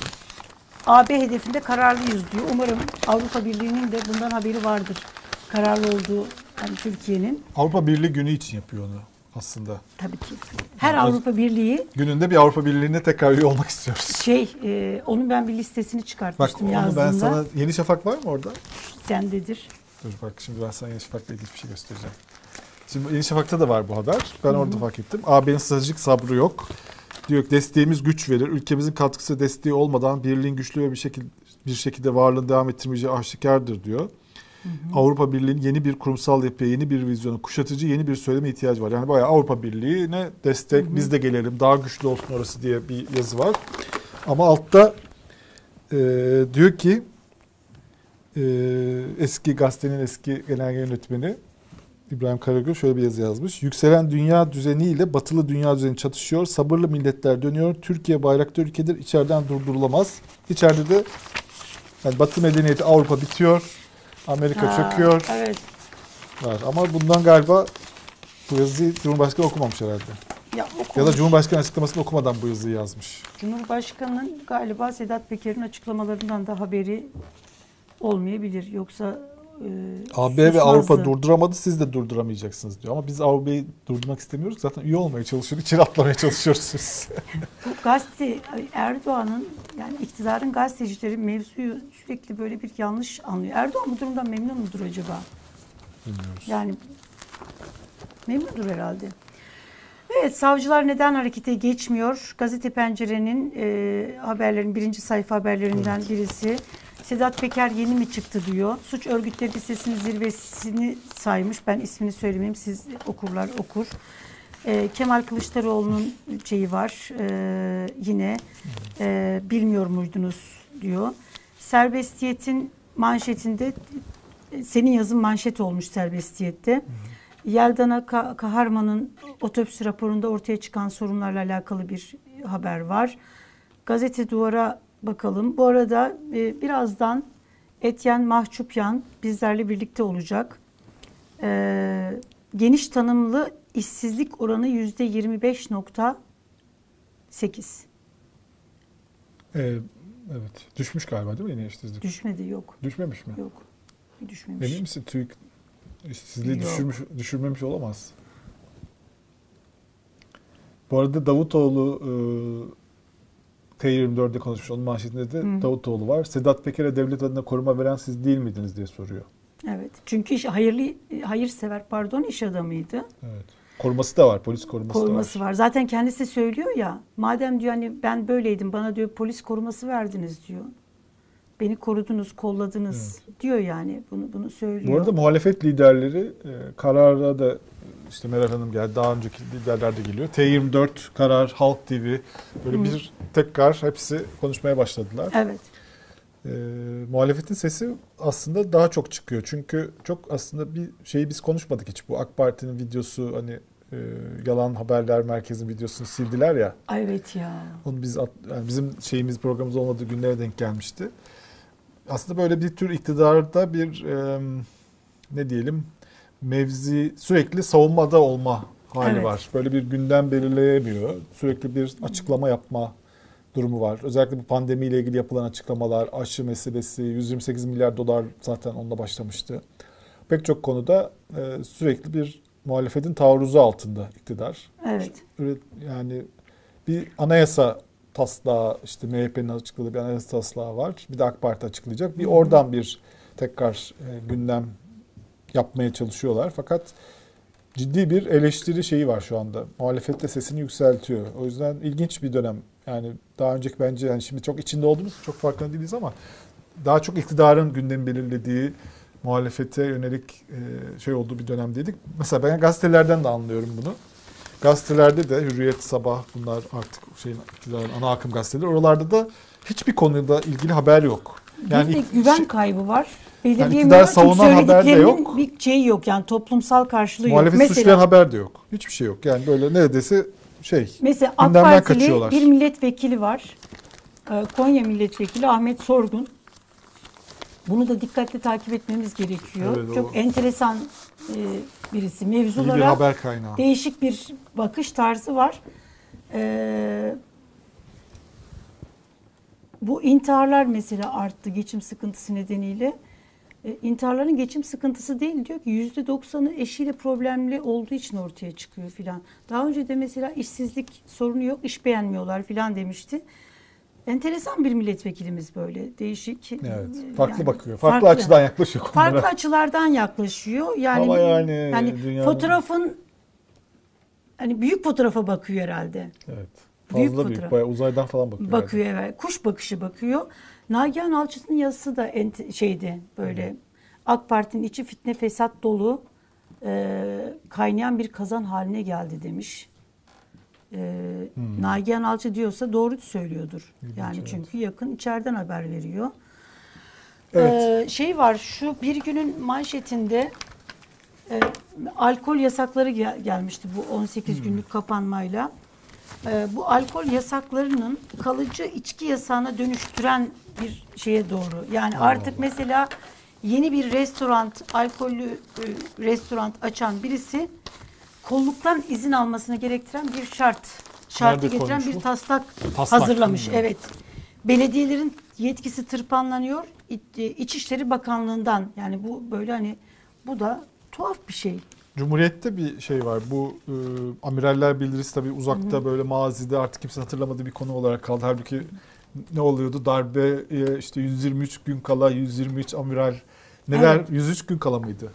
A B hedefinde kararlıyız diyor. Umarım Avrupa Birliği'nin de bundan haberi vardır. Kararlı olduğu yani Türkiye'nin. Avrupa Birliği günü için yapıyor onu aslında. Tabii ki. Her Yani Avrupa Birliği Gününde bir Avrupa Birliği'ne tekrar üye olmak istiyoruz. şey e, onun ben bir listesini Bak çıkartmıştım onu yazdığımda. ben sana Yeni Şafak var mı orada? Sendedir. Dur bak şimdi ben sana Yeni Şafak'la ilgili bir şey göstereceğim. Şimdi Yeni Şafak'ta da var bu haber. Ben orada fark ettim. A B'nin stratejik sabrı yok. Diyor ki desteğimiz güç verir. Ülkemizin katkısı desteği olmadan birliğin güçlü ve bir şekilde bir şekilde varlığını devam ettirmeyeceği aşikardır diyor. Hı hı. Avrupa Birliği'nin yeni bir kurumsal yapıya, yeni bir vizyona, kuşatıcı yeni bir söyleme ihtiyacı var. Yani bayağı Avrupa Birliği'ne destek, hı hı. biz de gelelim, daha güçlü olsun orası diye bir yazı var. Ama altta e, diyor ki e, eski gazetenin eski genel yönetmeni İbrahim Karagül şöyle bir yazı yazmış. Yükselen dünya düzeniyle batılı dünya düzeni çatışıyor. Sabırlı milletler dönüyor. Türkiye bayraktar ülkedir. İçeriden durdurulamaz. İçeride de yani Batı medeniyeti Avrupa bitiyor. Amerika Ha, çöküyor. Evet. Var. Ama bundan galiba bu yazıyı Cumhurbaşkanı okumamış herhalde. Ya, Ya da Cumhurbaşkanı açıklamasını okumadan bu yazıyı yazmış. Cumhurbaşkanı'nın galiba Sedat Peker'in açıklamalarından da haberi olmayabilir. Yoksa e, A B ve susmazdı. Avrupa durduramadı, siz de durduramayacaksınız diyor. Ama biz Avrupa'yı durdurmak istemiyoruz. Zaten üye olmaya çalışıyoruz, içeri atlamaya çalışıyoruz biz. Bu gazete Erdoğan'ın yani iktidarın gazetecileri mevzuyu sürekli böyle bir yanlış anlıyor. Erdoğan bu durumdan memnun mudur acaba? Bilmiyoruz. Yani memnundur herhalde. Evet, savcılar neden harekete geçmiyor? Gazete Pencere'nin e, haberlerin birinci sayfa haberlerinden Evet. birisi. Sedat Peker yeni mi çıktı diyor. Suç örgütleri listesinin zirvesini saymış. Ben ismini söylemeyeyim, siz okurlar okur. E, Kemal Kılıçdaroğlu'nun şeyi var e, yine e, bilmiyor muydunuz diyor. Serbestiyetin manşetinde, senin yazın manşet olmuş Serbestiyet'te. Hı hı. Yeldana Kaharman'ın otopsi raporunda ortaya çıkan sorunlarla alakalı bir haber var. Gazete Duvar'a bakalım. Bu arada e, birazdan Etyen Mahçupyan bizlerle birlikte olacak. E, geniş tanımlı işsizlik oranı yüzde yirmi beş nokta sekiz. Ee, evet. Düşmüş galiba değil mi yine işsizlik? Düşmedi, yok. Düşmemiş mi? Yok. Düşmemiş. Emin misin? TÜİK işsizliği düşürmüş, düşürmemiş olamaz. Bu arada Davutoğlu e, T yirmi dört'de konuşmuş. Onun manşetinde de Hı. Davutoğlu var. Sedat Peker'e devlet adına koruma veren siz değil miydiniz diye soruyor. Evet. Çünkü iş, hayırlı hayırsever pardon iş adamıydı. Evet. Koruması da var. Polis koruması, koruması da var. var. Zaten kendisi söylüyor ya. Madem diyor hani ben böyleydim, bana diyor polis koruması verdiniz diyor. Beni korudunuz, kolladınız evet. diyor yani. Bunu bunu söylüyor. Bu arada muhalefet liderleri e, karara da işte Meral Hanım geldi. Daha önceki liderler de geliyor. T yirmi dört, Karar, Halk T V böyle Hı. bir tekrar hepsi konuşmaya başladılar. Evet. E, muhalefetin sesi aslında daha çok çıkıyor. Çünkü çok aslında bir şeyi biz konuşmadık hiç. Bu AK Parti'nin videosu hani e, yalan haberler merkezinin videosunu sildiler ya. Evet ya. Onu biz at, yani bizim şeyimiz programımız olmadığı günlere denk gelmişti. Aslında böyle bir tür iktidarda bir e, ne diyelim mevzi sürekli savunmada olma hali evet. var. Böyle bir gündem belirleyemiyor. Sürekli bir açıklama yapma durumu var. Özellikle bu pandemiyle ilgili yapılan açıklamalar, aşı meselesi, yüz yirmi sekiz milyar dolar zaten onunla başlamıştı. Pek çok konuda e, sürekli bir muhalefetin taarruzu altında iktidar. Evet. Yani bir anayasa taslağı, işte M H P'nin açıkladığı bir anayasa taslağı var. Bir de AK Parti açıklayacak. Bir oradan bir tekrar e, gündem yapmaya çalışıyorlar. Fakat ciddi bir eleştiri şeyi var şu anda. Muhalefet de sesini yükseltiyor. O yüzden ilginç bir dönem. Yani daha önceki bence yani şimdi çok içinde olduğumuz çok farkında değiliz ama daha çok iktidarın gündemi belirlediği muhalefete yönelik e, şey olduğu bir dönemdeydik. Mesela ben gazetelerden de anlıyorum bunu. Gazetelerde de Hürriyet, Sabah bunlar artık şeyin iktidarın ana akım gazeteleri. Oralarda da hiçbir konuyla ilgili haber yok. Yani bir de güven şey, kaybı var. Yani iktidar savunan haber de yok. Bir şey yok yani toplumsal karşılığı Muhalefet yok. Muhalefet suçlayan haber de yok. Hiçbir şey yok. Yani böyle neredeyse şey. Mesela AK Partili bir milletvekili var. Konya milletvekili Ahmet Sorgun. Bunu da dikkatli takip etmemiz gerekiyor. Evet, çok o. enteresan e, birisi. Mevzulara bir haber kaynağı. Değişik bir bakış tarzı var. E, bu intiharlar mesela arttı geçim sıkıntısı nedeniyle. E, intiharların geçim sıkıntısı değil diyor ki yüzde doksanı eşiyle problemli olduğu için ortaya çıkıyor filan. Daha önce de mesela işsizlik sorunu yok, iş beğenmiyorlar filan demişti. Enteresan bir milletvekilimiz böyle değişik. Evet. Farklı yani, bakıyor. Farklı, farklı açıdan yaklaşıyor konulara. Farklı açılardan yaklaşıyor. Yani ama yani, yani dünyanın... fotoğrafın hani büyük fotoğrafa bakıyor herhalde. Evet. Fazla büyük, büyük bayağı uzaydan falan bakıyor. Bakıyor herhalde. Evet. Kuş bakışı bakıyor. Nagihan Alçı'nın yazısı da ent- şeydi böyle. Hmm. AK Parti'nin içi fitne fesat dolu e, kaynayan bir kazan haline geldi demiş. Ee, hmm. Nagihan Alçı diyorsa doğru söylüyordur. İlginç, yani evet. Çünkü yakın içeriden haber veriyor. Evet. Ee, şey var şu bir günün manşetinde e, alkol yasakları gel- gelmişti bu on sekiz hmm. günlük kapanmayla. E, bu alkol yasaklarının kalıcı içki yasağına dönüştüren bir şeye doğru. Yani Allah artık Allah. Mesela yeni bir restoran, alkollü e, restoran açan birisi kolluktan izin almasını gerektiren bir şart, şartı Nerede getiren bir taslak, taslak hazırlamış. Evet. Belediyelerin yetkisi tırpanlanıyor. İçişleri Bakanlığı'ndan. Yani bu böyle hani bu da tuhaf bir şey. Cumhuriyet'te bir şey var. Bu e, amiraller bildirisi tabii uzakta Hı-hı. böyle mazide artık kimse hatırlamadığı bir konu olarak kaldı. Halbuki ne oluyordu? Darbe e, işte yüz yirmi üç gün kala yüz yirmi üç amiral neler evet. yüz üç gün kala mıydı?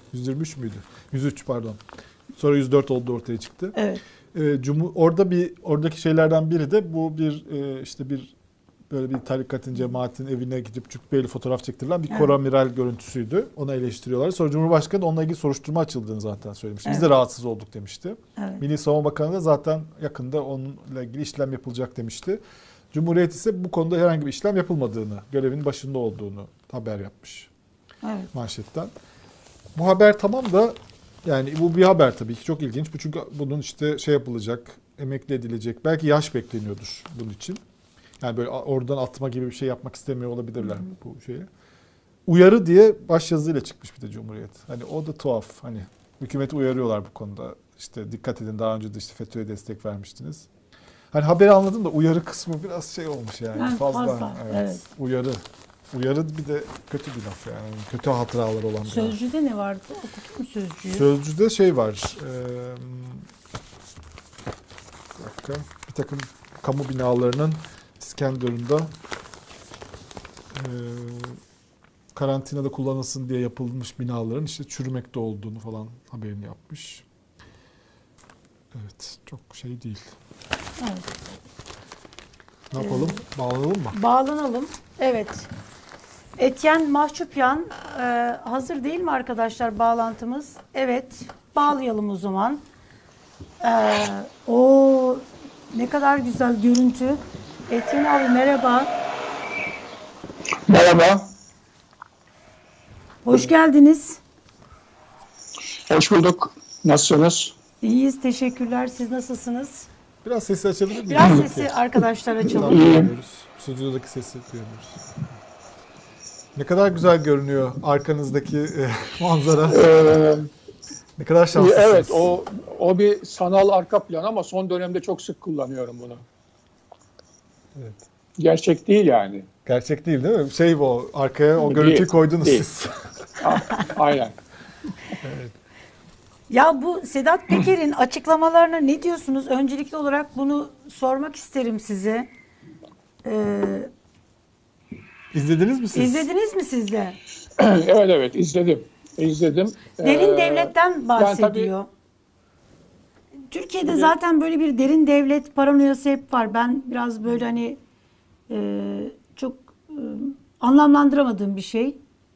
yüz yirmi üç müydü? yüz üç pardon. Sonra yüz dört olduğu ortaya çıktı. Evet. E, Cumhur, orada bir oradaki şeylerden biri de bu bir e, işte bir böyle bir tarikatın, cemaatin evine gidip cübbeli fotoğraf çektirilen bir Evet. koramiral görüntüsüydü. Ona eleştiriyorlar. Sonra Cumhurbaşkanı onunla ilgili soruşturma açıldığını zaten söylemişti. Biz Evet. de rahatsız olduk demişti. Evet. Milli Savunma Bakanı da zaten yakında onunla ilgili işlem yapılacak demişti. Cumhuriyet ise bu konuda herhangi bir işlem yapılmadığını, görevin başında olduğunu haber yapmış Evet. manşetten. Bu haber tamam da yani bu bir haber tabii ki çok ilginç. Bu çünkü bunun işte şey yapılacak, emekli edilecek. Belki yaş bekleniyordur bunun için. Yani böyle oradan atma gibi bir şey yapmak istemiyor olabilirler Hı hı. bu şeye. Uyarı diye başyazıyla çıkmış bir de Cumhuriyet. Hani o da tuhaf. Hani hükümeti uyarıyorlar bu konuda. İşte dikkat edin, daha önce de işte FETÖ'ye destek vermiştiniz. Hani haberi anladım da uyarı kısmı biraz şey olmuş yani. Yani fazla. fazla, Evet. evet. Uyarı. Uyarı bir de kötü bir laf yani. Kötü hatıralar olan bir laf. Sözcü'de ne vardı? Okudun mu Sözcü'yü? Sözcü'de şey var. E, bir dakika. Bir takım kamu binalarının İskenderun'da e, karantinada kullanılsın diye yapılmış binaların işte çürümekte olduğunu falan haberini yapmış. Evet. Çok şey değil. Evet. Ne yapalım? Bağlanalım mı? Bağlanalım. Evet. Etyen Mahçupyan e, hazır değil mi arkadaşlar bağlantımız? Evet. Bağlayalım o zaman. E, o ne kadar güzel görüntü. Etyen abi merhaba. Merhaba, Hoş geldiniz. hoş bulduk. Nasılsınız? İyiyiz. Teşekkürler. Siz nasılsınız? Biraz sesi açabilir miyiz? Biraz Peki. sesi arkadaşlar Tamam, açalım. duyamıyoruz. Stüdyodaki sesi duyamıyoruz. Ne kadar güzel görünüyor arkanızdaki e, manzara. Ee, Ne kadar şanslısınız. evet, o o bir sanal arka plan ama son dönemde çok sık kullanıyorum bunu. Evet. Gerçek değil yani. Gerçek değil değil mi? Şey bu, arkaya o Değil, görüntüyü koydunuz değil. siz. A- Aynen. Ya bu Sedat Peker'in açıklamalarına ne diyorsunuz? Öncelikli olarak bunu sormak isterim size. Ee, İzlediniz mi siz? izlediniz mi siz de? Evet evet izledim. İzledim. Derin Ee, devletten bahsediyor. Türkiye'de zaten böyle bir derin devlet paranoyası hep var. Ben biraz böyle hani e, çok e, anlamlandıramadığım bir şey.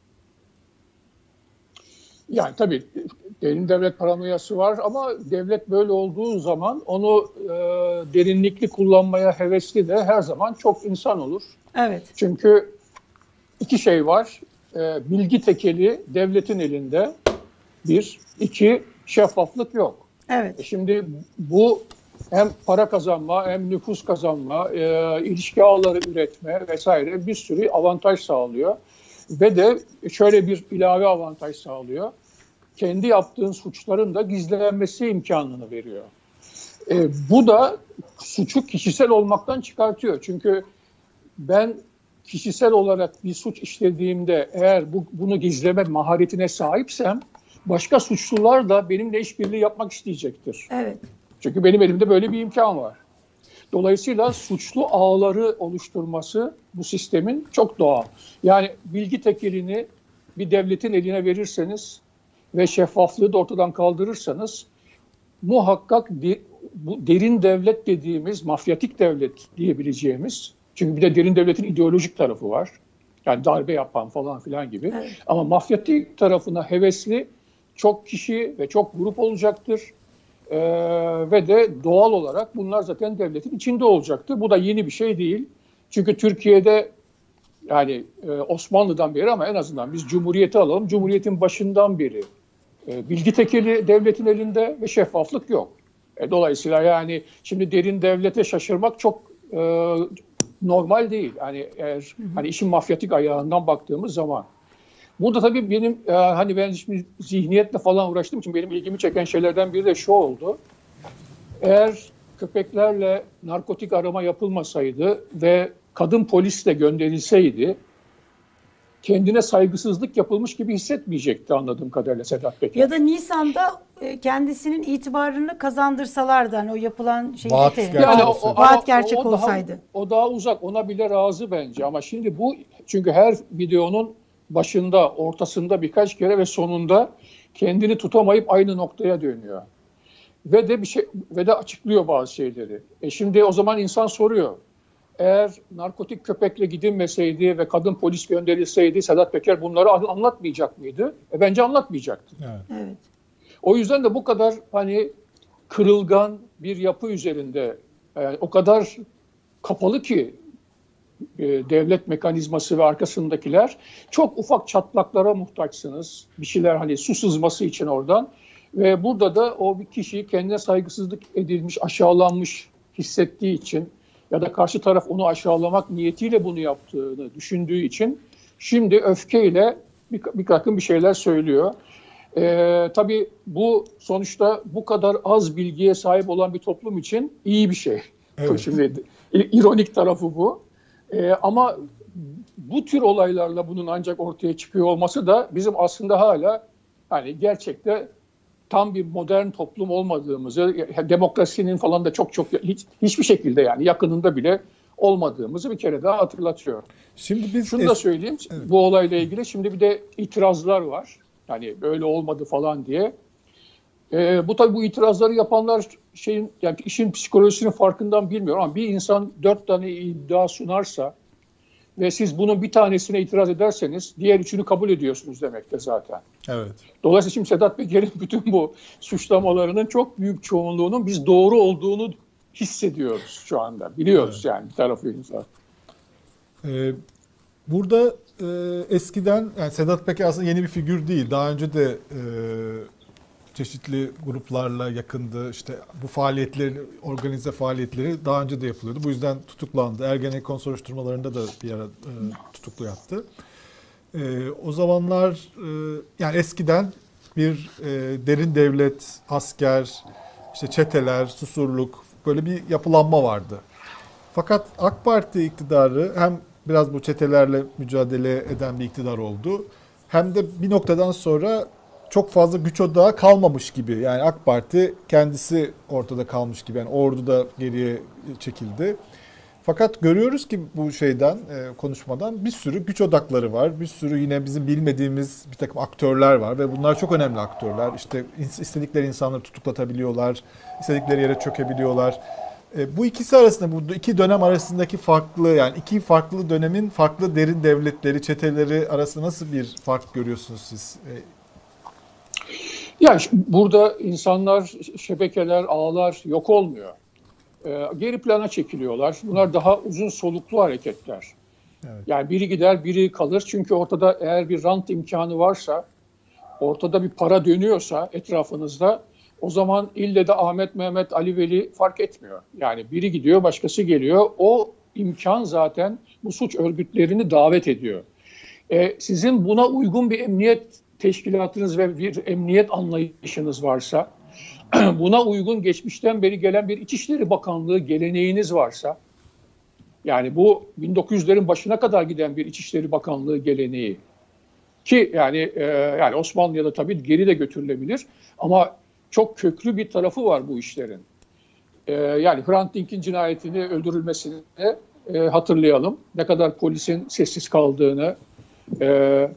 Yani tabii derin devlet paranoyası var ama devlet böyle olduğu zaman onu e, derinlikli kullanmaya hevesli de her zaman çok insan olur. Evet. Çünkü iki şey var. Ee, bilgi tekeli devletin elinde. Bir. İki, şeffaflık yok. Evet. E şimdi bu hem para kazanma hem nüfus kazanma, e, ilişki ağları üretme vesaire bir sürü avantaj sağlıyor. Ve de şöyle bir ilave avantaj sağlıyor. Kendi yaptığın suçların da gizlenmesi imkanını veriyor. E, bu da suçu kişisel olmaktan çıkartıyor. Çünkü ben kişisel olarak bir suç işlediğimde eğer bu, bunu gizleme maharetine sahipsem başka suçlular da benimle işbirliği yapmak isteyecektir. Evet. Çünkü benim elimde böyle bir imkan var. Dolayısıyla suçlu ağları oluşturması bu sistemin çok doğal. Yani bilgi tekelini bir devletin eline verirseniz ve şeffaflığı da ortadan kaldırırsanız muhakkak de, bu derin devlet dediğimiz, mafyatik devlet diyebileceğimiz, çünkü bir de derin devletin ideolojik tarafı var. Yani darbe yapan falan filan gibi. Evet. Ama mafyatik tarafına hevesli çok kişi ve çok grup olacaktır. Ee, ve de doğal olarak bunlar zaten devletin içinde olacaktır. Bu da yeni bir şey değil. Çünkü Türkiye'de yani e, Osmanlı'dan beri ama en azından biz Cumhuriyeti alalım. Cumhuriyetin başından beri e, bilgi tekeli devletin elinde ve şeffaflık yok. E, dolayısıyla yani şimdi derin devlete şaşırmak çok e, normal değil. Yani eğer hı hı. hani işin mafyatik ayağından baktığımız zaman. Burada tabii benim e, hani ben şimdi zihniyetle falan uğraştığım için benim ilgimi çeken şeylerden biri de şu oldu. Eğer köpeklerle narkotik arama yapılmasaydı ve kadın polis de gönderilseydi kendine saygısızlık yapılmış gibi hissetmeyecekti anladığım kadarıyla Sedat Peker. Ya da Nisan'da kendisinin itibarını kazandırsalardı hani o yapılan şey Vaat de, gerçek yani olsaydı. o, vaat gerçek o, o olsaydı. Daha, o daha uzak, ona bile razı bence ama şimdi bu çünkü her videonun başında, ortasında birkaç kere ve sonunda kendini tutamayıp aynı noktaya dönüyor. Ve de bir şey ve de açıklıyor bazı şeyleri. E şimdi o zaman insan soruyor. Eğer narkotik köpekle gidilmeseydi ve kadın polis gönderilseydi Sedat Peker bunları anlatmayacak mıydı? E bence anlatmayacaktı. Evet. Evet. O yüzden de bu kadar hani kırılgan bir yapı üzerinde yani o kadar kapalı ki e, devlet mekanizması ve arkasındakiler çok ufak çatlaklara muhtaçsınız. Bir şeyler hani su sızması için oradan ve burada da o bir kişi kendine saygısızlık edilmiş, aşağılanmış hissettiği için ya da karşı taraf onu aşağılamak niyetiyle bunu yaptığını düşündüğü için şimdi öfkeyle bir, bir takım bir şeyler söylüyor. Ee, tabii bu sonuçta bu kadar az bilgiye sahip olan bir toplum için iyi bir şey. Evet. Şimdi ironik tarafı bu. Ee, ama bu tür olaylarla bunun ancak ortaya çıkıyor olması da bizim aslında hala hani gerçekte tam bir modern toplum olmadığımızı, demokrasinin falan da çok çok hiç, hiçbir şekilde yani yakınında bile olmadığımızı bir kere daha hatırlatıyor. Şimdi biz Şunu es- da söyleyeyim Evet. bu olayla ilgili. Şimdi bir de itirazlar var. Yani böyle olmadı falan diye. Ee, bu tabii bu itirazları yapanlar şeyin yani işin psikolojisinin farkından bilmiyorum ama bir insan dört tane iddia sunarsa ve siz bunun bir tanesine itiraz ederseniz diğer üçünü kabul ediyorsunuz demektir zaten. Evet. Dolayısıyla şimdi Sedat Peker'in bütün bu suçlamalarının çok büyük çoğunluğunun biz doğru olduğunu hissediyoruz şu anda. Biliyoruz Evet. yani bir tarafıyla. Ee, burada e, eskiden yani Sedat Peker aslında yeni bir figür değil. Daha önce de e, çeşitli gruplarla yakındı. İşte bu faaliyetleri, organize faaliyetleri daha önce de yapılıyordu. Bu yüzden tutuklandı. Ergenekon soruşturmalarında da bir ara e, tutuklu yattı. E, o zamanlar e, yani eskiden bir e, derin devlet, asker, işte çeteler, susurluk böyle bir yapılanma vardı. Fakat AK Parti iktidarı hem biraz bu çetelerle mücadele eden bir iktidar oldu. Hem de bir noktadan sonra çok fazla güç odağı kalmamış gibi. Yani AK Parti kendisi ortada kalmış gibi. Yani ordu da geriye çekildi. Fakat görüyoruz ki bu şeyden, konuşmadan bir sürü güç odakları var. Bir sürü yine bizim bilmediğimiz bir takım aktörler var ve bunlar çok önemli aktörler. İşte istedikleri insanları tutuklatabiliyorlar, istedikleri yere çökebiliyorlar. Bu ikisi arasında, bu iki dönem arasındaki farklı, yani iki farklı dönemin farklı derin devletleri, çeteleri arasında nasıl bir fark görüyorsunuz siz? Yani burada insanlar, şebekeler, ağlar yok olmuyor. Ee, geri plana çekiliyorlar. Bunlar daha uzun soluklu hareketler. Evet. Yani biri gider, biri kalır. Çünkü ortada eğer bir rant imkanı varsa, ortada bir para dönüyorsa etrafınızda, o zaman ille de Ahmet, Mehmet, Ali, Veli fark etmiyor. Yani biri gidiyor, başkası geliyor. O imkan zaten bu suç örgütlerini davet ediyor. Ee, sizin buna uygun bir emniyet teşkilatınız ve bir emniyet anlayışınız varsa, buna uygun geçmişten beri gelen bir İçişleri Bakanlığı geleneğiniz varsa, yani bu bin dokuz yüzlerin başına kadar giden bir İçişleri Bakanlığı geleneği ki yani e, yani Osmanlı'ya da tabii geri de götürülebilir ama çok köklü bir tarafı var bu işlerin. E, yani Hrant Dink'in cinayetini, öldürülmesini e, hatırlayalım. Ne kadar polisin sessiz kaldığını e,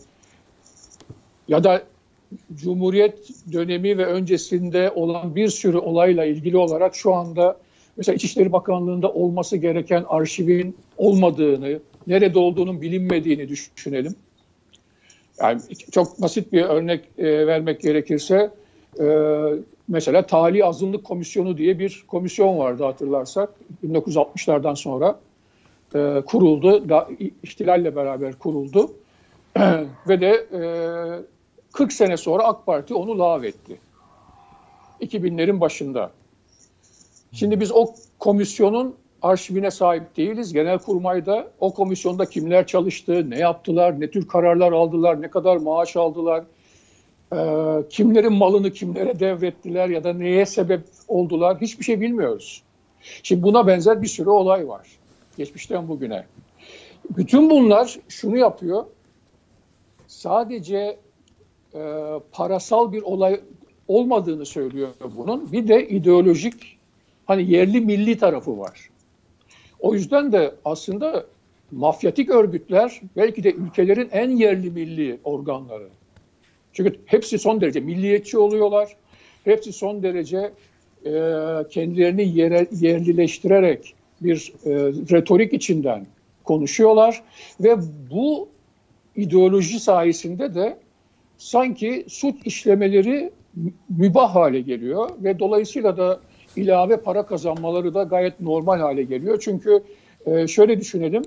ya da Cumhuriyet dönemi ve öncesinde olan bir sürü olayla ilgili olarak şu anda mesela İçişleri Bakanlığı'nda olması gereken arşivin olmadığını, nerede olduğunun bilinmediğini düşünelim. Yani çok basit bir örnek e, vermek gerekirse e, mesela Tali Azınlık Komisyonu diye bir komisyon vardı hatırlarsak. bin dokuz yüz altmışlardan sonra e, kuruldu, da, ihtilalle beraber kuruldu ve de e, kırk sene sonra AK Parti onu lağvetti. iki binlerin başında. Şimdi biz o komisyonun arşivine sahip değiliz. Genelkurmay'da o komisyonda kimler çalıştı, ne yaptılar, ne tür kararlar aldılar, ne kadar maaş aldılar, e, kimlerin malını kimlere devrettiler ya da neye sebep oldular hiçbir şey bilmiyoruz. Şimdi buna benzer bir sürü olay var geçmişten bugüne. Bütün bunlar şunu yapıyor, sadece e, parasal bir olay olmadığını söylüyor bunun. Bir de ideolojik, hani yerli milli tarafı var. O yüzden de aslında mafyatik örgütler belki de ülkelerin en yerli milli organları. Çünkü hepsi son derece milliyetçi oluyorlar. Hepsi son derece e, kendilerini yere, yerlileştirerek bir e, retorik içinden konuşuyorlar. Ve bu ideoloji sayesinde de sanki suç işlemeleri mübah hale geliyor. Ve dolayısıyla da ilave para kazanmaları da gayet normal hale geliyor. Çünkü e, şöyle düşünelim,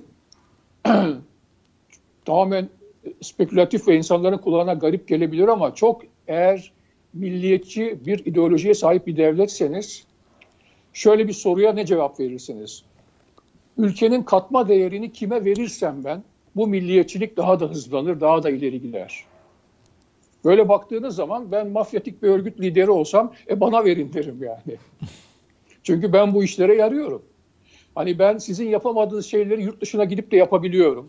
tamamen spekülatif ve insanların kulağına garip gelebilir ama çok eğer milliyetçi bir ideolojiye sahip bir devletseniz şöyle bir soruya ne cevap verirsiniz? Ülkenin katma değerini kime verirsem ben bu milliyetçilik daha da hızlanır, daha da ileri gider. Böyle baktığınız zaman ben mafyatik bir örgüt lideri olsam e bana verin derim yani. Çünkü ben bu işlere yarıyorum. Hani ben sizin yapamadığınız şeyleri yurt dışına gidip de yapabiliyorum.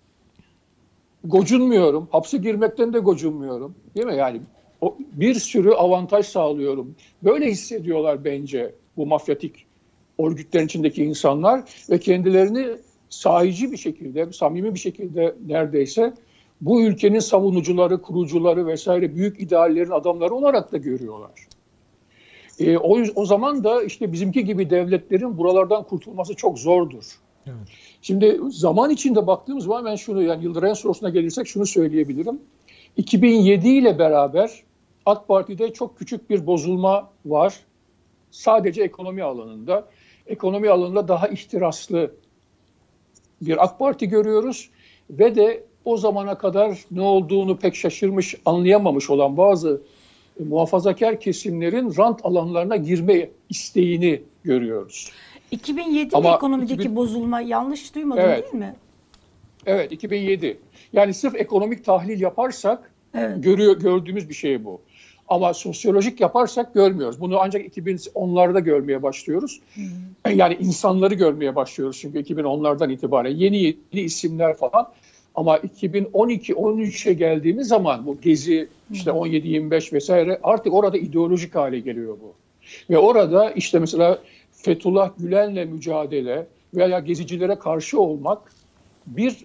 Gocunmuyorum. Hapse girmekten de gocunmuyorum. Değil mi? Yani o, bir sürü avantaj sağlıyorum. Böyle hissediyorlar bence bu mafyatik örgütlerin içindeki insanlar ve kendilerini sahici bir şekilde, samimi bir şekilde neredeyse bu ülkenin savunucuları, kurucuları vesaire büyük ideallerin adamları olarak da görüyorlar. E, o, o zaman da işte bizimki gibi devletlerin buralardan kurtulması çok zordur. Evet. Şimdi zaman içinde baktığımız zaman ben şunu, yani Yıldıray sorusuna gelirsek şunu söyleyebilirim. iki bin yedi ile beraber AK Parti'de çok küçük bir bozulma var. Sadece ekonomi alanında. Ekonomi alanında daha ihtiraslı bir AK Parti görüyoruz. Ve de o zamana kadar ne olduğunu pek şaşırmış, anlayamamış olan bazı muhafazakar kesimlerin rant alanlarına girme isteğini görüyoruz. iki bin yedi Ama ekonomideki iki bin bozulma yanlış duymadım evet, değil mi? Evet, iki bin yedi. Yani sırf ekonomik tahlil yaparsak evet. görüyor, gördüğümüz bir şey bu. Ama sosyolojik yaparsak görmüyoruz. Bunu ancak iki bin onlarda görmeye başlıyoruz. Hmm. Yani insanları görmeye başlıyoruz çünkü iki bin onlardan itibaren yeni yeni isimler falan. Ama iki bin on iki on üçe geldiğimiz zaman bu Gezi, işte on yedi yirmi beş vesaire artık orada ideolojik hale geliyor bu. Ve orada işte mesela Fethullah Gülen'le mücadele veya gezicilere karşı olmak bir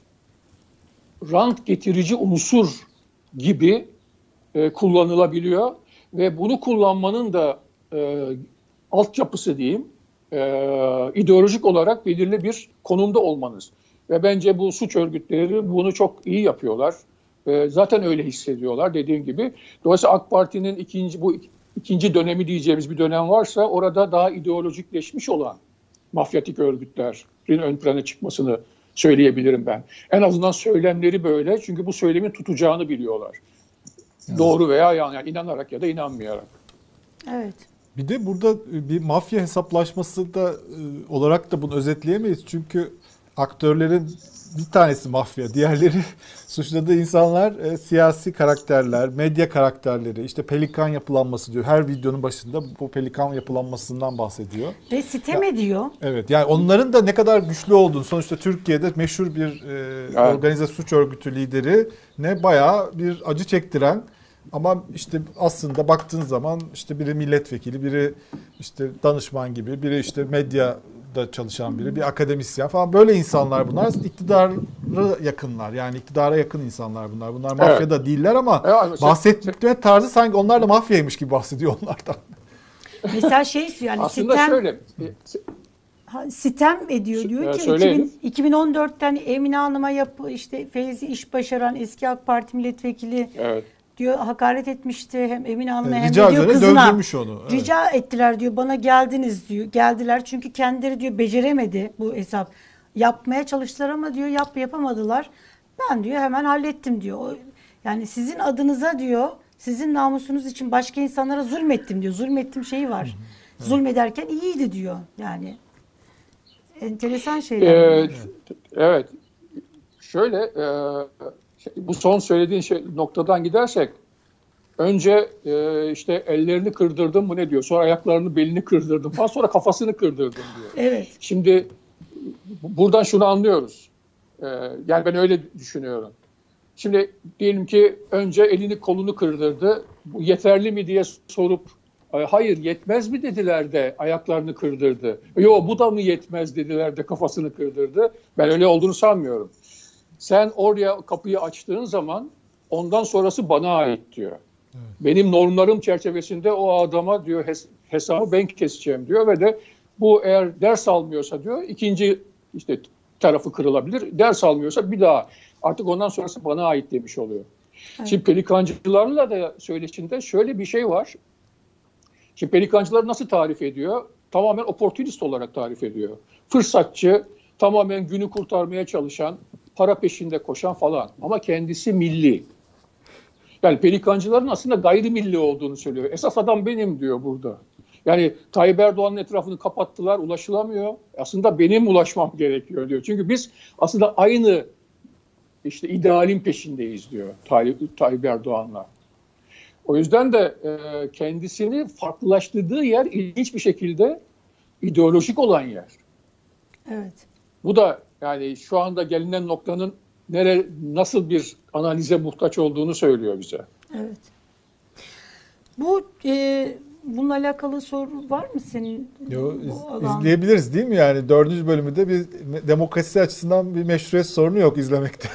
rant getirici unsur gibi e, kullanılabiliyor. Ve bunu kullanmanın da e, altyapısı diyeyim, e, ideolojik olarak belirli bir konumda olmanız. Ve bence bu suç örgütleri bunu çok iyi yapıyorlar. E, zaten öyle hissediyorlar dediğim gibi. Dolayısıyla AK Parti'nin ikinci bu ikinci dönemi diyeceğimiz bir dönem varsa orada daha ideolojikleşmiş olan mafyatik örgütlerin ön plana çıkmasını söyleyebilirim ben. En azından söylemleri böyle. Çünkü bu söylemin tutacağını biliyorlar. Evet. Doğru veya yanlış, yani inanarak ya da inanmayarak. Evet. Bir de burada bir mafya hesaplaşması da olarak da bunu özetleyemeyiz. Çünkü aktörlerin bir tanesi mafya, diğerleri suçladığı insanlar e, siyasi karakterler, medya karakterleri, işte pelikan yapılanması diyor. Her videonun başında bu pelikan yapılanmasından bahsediyor. Ve sitem ya, ediyor. Evet, yani onların da ne kadar güçlü olduğunu, sonuçta Türkiye'de meşhur bir e, evet. organize suç örgütü lideri ne bayağı bir acı çektiren, ama işte aslında baktığın zaman işte biri milletvekili, biri işte danışman gibi, biri işte medyada çalışan biri, bir akademisyen falan, böyle insanlar bunlar. İktidara yakınlar, yani iktidara yakın insanlar bunlar. Bunlar mafyada evet. değiller ama evet, bahsetme tarzı sanki onlar da mafyaymış gibi bahsediyor onlardan. Mesela şey yani aslında sitem, şöyle sitem ediyor diyor ki iki bin, iki bin on dörtten Emine Hanım'a yapı işte Feyzi iş başaran eski AK Parti milletvekili evet. diyor hakaret etmişti hem Emine Hanım'a hem de diyor kızına. Onu. Evet. Rica ettiler diyor, bana geldiniz diyor. Geldiler çünkü kendileri diyor beceremedi bu hesap. Yapmaya çalıştılar ama diyor yap yapamadılar. Ben diyor hemen hallettim diyor. Yani sizin adınıza diyor, sizin namusunuz için başka insanlara zulmettim diyor. Zulmettim şeyi var. Evet. Zulmederken iyiydi diyor. Yani enteresan şeyler. Ee, evet. evet. Şöyle e, bu son söylediğin şey, noktadan gidersek önce e, işte ellerini kırdırdım mı ne diyor? Sonra ayaklarını, belini kırdırdım falan, sonra kafasını kırdırdım diyor. Evet. Şimdi buradan şunu anlıyoruz. E, yani ben öyle düşünüyorum. Şimdi diyelim ki önce elini kolunu kırdırdı. Bu yeterli mi diye sorup hayır yetmez mi dediler de ayaklarını kırdırdı. Yok bu da mı yetmez dediler de kafasını kırdırdı. Ben öyle olduğunu sanmıyorum. Sen oraya kapıyı açtığın zaman ondan sonrası bana ait diyor. Evet. Benim normlarım çerçevesinde o adama diyor hes- hesabı ben keseceğim diyor ve de bu eğer ders almıyorsa diyor ikinci işte tarafı kırılabilir. Ders almıyorsa bir daha artık ondan sonrası bana ait demiş oluyor. Evet. Şimdi pelikancılarla da söyleşinde şöyle bir şey var. Şimdi pelikancıları nasıl tarif ediyor? Tamamen oportunist olarak tarif ediyor. Fırsatçı, tamamen günü kurtarmaya çalışan, para peşinde koşan falan. Ama kendisi milli. Yani pelikancıların aslında gayrimilli olduğunu söylüyor. Esas adam benim diyor burada. Yani Tayyip Erdoğan'ın etrafını kapattılar, ulaşılamıyor. Aslında benim ulaşmam gerekiyor diyor. Çünkü biz aslında aynı işte idealin peşindeyiz diyor Tayyip, Tayyip Erdoğan'la. O yüzden de e, kendisini farklılaştırdığı yer ilginç bir şekilde ideolojik olan yer. Evet. Bu da yani şu anda gelinen noktanın nere, nasıl bir analize muhtaç olduğunu söylüyor bize. Evet. Bu e, bununla alakalı soru var mı senin? Yo, iz, izleyebiliriz değil mi yani? Dördüncü bölümünde bir demokrasi açısından bir meşruiyet sorunu yok izlemekte.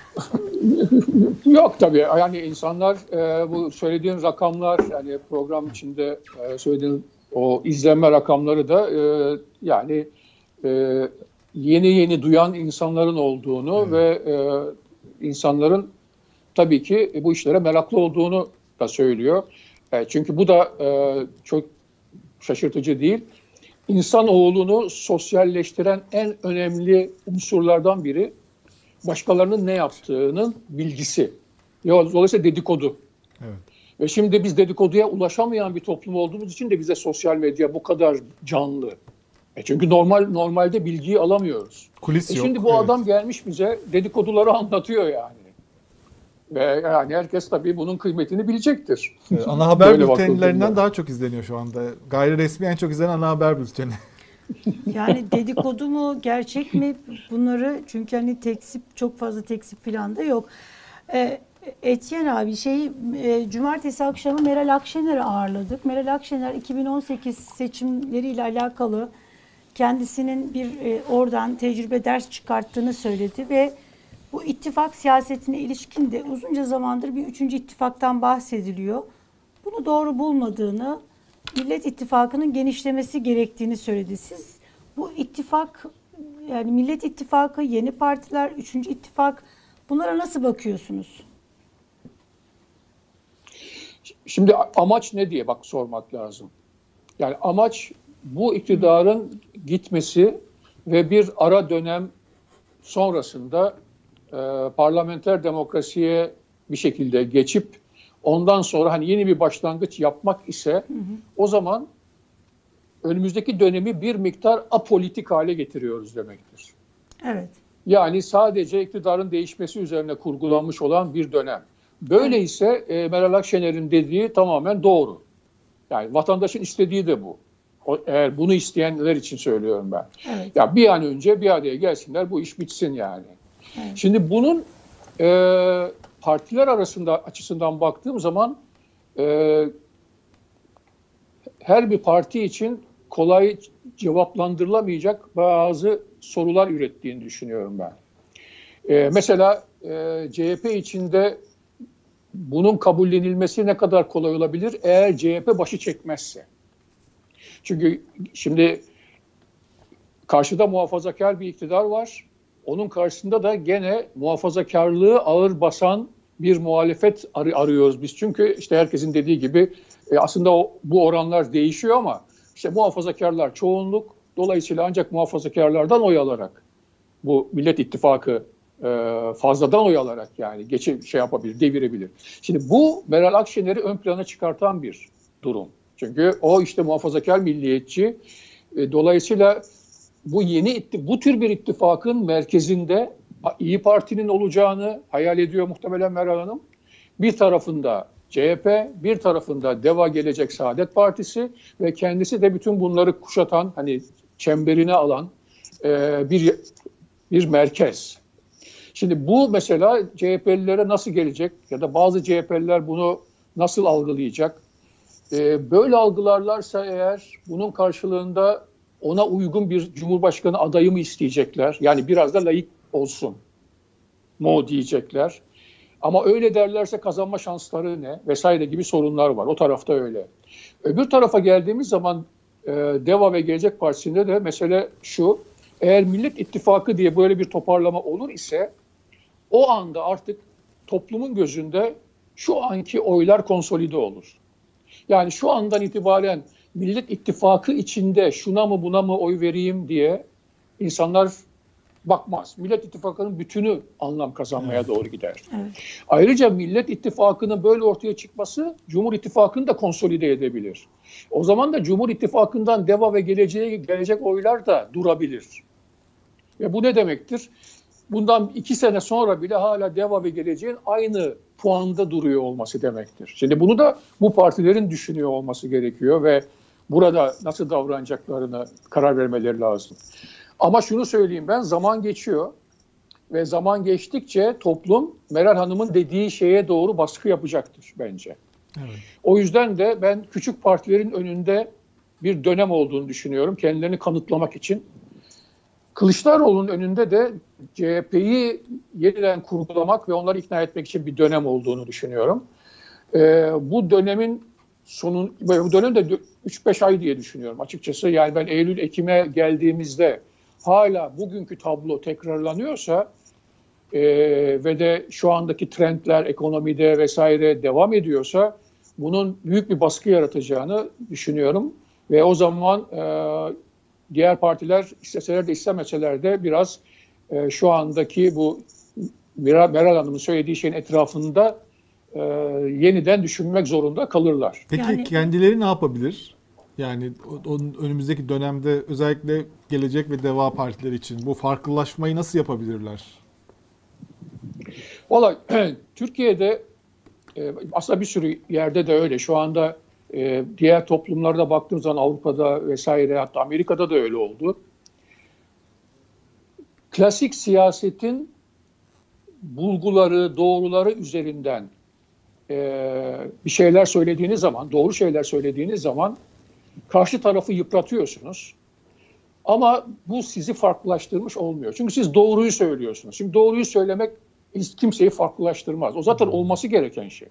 Yok tabii. Yani insanlar e, bu söylediğin rakamlar yani program içinde e, söylediğin o izlenme rakamları da e, yani e, yeni yeni duyan insanların olduğunu hmm. ve e, insanların tabii ki bu işlere meraklı olduğunu da söylüyor. E, çünkü bu da e, çok şaşırtıcı değil. İnsanoğlunu sosyalleştiren en önemli unsurlardan biri başkalarının ne yaptığının bilgisi. Dolayısıyla dedikodu. Evet. Ve şimdi biz dedikoduya ulaşamayan bir toplum olduğumuz için de bize sosyal medya bu kadar canlı. E çünkü normal normalde bilgiyi alamıyoruz. Kulis e yok. Şimdi bu evet. adam gelmiş bize dedikoduları anlatıyor yani. Ve yani herkes tabii bunun kıymetini bilecektir. Evet, ana haber bültenlerinden daha çok izleniyor şu anda. Gayri resmi en çok izlenen ana haber bülteni. Yani dedikodu mu, gerçek mi bunları çünkü hani tekzip çok fazla tekzip falan da yok. Ee, Etienne abi şey e, cumartesi akşamı Meral Akşener'i ağırladık. Meral Akşener iki bin on sekiz seçimleriyle alakalı kendisinin bir e, oradan tecrübe ders çıkarttığını söyledi ve bu ittifak siyasetine ilişkin de uzunca zamandır bir üçüncü ittifaktan bahsediliyor. Bunu doğru bulmadığını, Millet İttifakı'nın genişlemesi gerektiğini söyledi. Siz bu ittifak, yani Millet İttifakı, yeni partiler, üçüncü ittifak bunlara nasıl bakıyorsunuz? Şimdi amaç ne diye bak sormak lazım. Yani amaç bu iktidarın gitmesi ve bir ara dönem sonrasında e, parlamenter demokrasiye bir şekilde geçip ondan sonra hani yeni bir başlangıç yapmak ise hı hı. o zaman önümüzdeki dönemi bir miktar apolitik hale getiriyoruz demektir. Evet. Yani sadece iktidarın değişmesi üzerine kurgulanmış olan bir dönem. Böyleyse e, Meral Akşener'in dediği tamamen doğru. Yani vatandaşın istediği de bu. O, eğer bunu isteyenler için söylüyorum ben. Evet. Ya bir an önce bir araya gelsinler, bu iş bitsin yani. Evet. Şimdi bunun e, partiler arasında açısından baktığım zaman e, her bir parti için kolay cevaplandırılamayacak bazı sorular ürettiğini düşünüyorum ben. E, mesela e, C H P içinde bunun kabullenilmesi ne kadar kolay olabilir eğer C H P başı çekmezse. Çünkü şimdi karşıda muhafazakar bir iktidar var. Onun karşısında da gene muhafazakarlığı ağır basan bir muhalefet ar- arıyoruz biz. Çünkü işte herkesin dediği gibi e, aslında o, bu oranlar değişiyor ama işte muhafazakarlar çoğunluk. Dolayısıyla ancak muhafazakarlardan oy alarak bu Millet İttifakı e, fazladan oy alarak yani geçip şey yapabilir, devirebilir. Şimdi bu Meral Akşener'i ön plana çıkartan bir durum. Çünkü o işte muhafazakar milliyetçi. E, dolayısıyla bu yeni bu tür bir ittifakın merkezinde İyi Parti'nin olacağını hayal ediyor muhtemelen Meral Hanım. Bir tarafında C H P, bir tarafında DEVA Gelecek Saadet Partisi ve kendisi de bütün bunları kuşatan, hani çemberine alan e, bir bir merkez. Şimdi bu mesela C H P'lilere nasıl gelecek ya da bazı C H P'liler bunu nasıl algılayacak? e, böyle algılarlarsa eğer bunun karşılığında ona uygun bir cumhurbaşkanı adayı mı isteyecekler? Yani biraz da laik olsun mu diyecekler. Ama öyle derlerse kazanma şansları ne? Vesaire gibi sorunlar var. O tarafta öyle. Öbür tarafa geldiğimiz zaman e, DEVA ve Gelecek Partisi'nde de mesele şu. Eğer Millet İttifakı diye böyle bir toparlama olur ise o anda artık toplumun gözünde şu anki oylar konsolide olur. Yani şu andan itibaren Millet İttifakı içinde şuna mı buna mı oy vereyim diye insanlar bakmaz. Millet İttifakı'nın bütünü anlam kazanmaya evet. doğru gider. Evet. Ayrıca Millet İttifakı'nın böyle ortaya çıkması Cumhur İttifakı'nı da konsolide edebilir. O zaman da Cumhur İttifakı'ndan DEVA ve geleceğe gelecek oylar da durabilir. Ve bu ne demektir? Bundan iki sene sonra bile hala DEVA ve geleceğin aynı puanda duruyor olması demektir. Şimdi bunu da bu partilerin düşünüyor olması gerekiyor ve burada nasıl davranacaklarını karar vermeleri lazım. Ama şunu söyleyeyim ben, zaman geçiyor ve zaman geçtikçe toplum Meral Hanım'ın dediği şeye doğru baskı yapacaktır bence. Evet. O yüzden de ben küçük partilerin önünde bir dönem olduğunu düşünüyorum kendilerini kanıtlamak için. Kılıçdaroğlu'nun önünde de C H P'yi yeniden kurgulamak ve onları ikna etmek için bir dönem olduğunu düşünüyorum. Ee, bu dönemin sonun, bu dönemde üç beş ay diye düşünüyorum açıkçası. Yani ben Eylül-Ekim'e geldiğimizde hala bugünkü tablo tekrarlanıyorsa e, ve de şu andaki trendler ekonomide vesaire devam ediyorsa bunun büyük bir baskı yaratacağını düşünüyorum. Ve o zaman e, diğer partiler isteseler de istemeseler de biraz e, şu andaki bu Meral, Meral Hanım'ın söylediği şeyin etrafında e, yeniden düşünmek zorunda kalırlar. Peki yani, kendileri ne yapabilir? Yani onun önümüzdeki dönemde özellikle Gelecek ve DEVA partileri için bu farklılaşmayı nasıl yapabilirler? Vallahi Türkiye'de e, aslında bir sürü yerde de öyle. Şu anda e, diğer toplumlarda baktığımız zaman Avrupa'da vesaire hatta Amerika'da da öyle oldu. Klasik siyasetin bulguları, doğruları üzerinden e, bir şeyler söylediğiniz zaman, doğru şeyler söylediğiniz zaman karşı tarafı yıpratıyorsunuz. Ama bu sizi farklılaştırmış olmuyor. Çünkü siz doğruyu söylüyorsunuz. Şimdi doğruyu söylemek kimseyi farklılaştırmaz. O zaten olması gereken şey.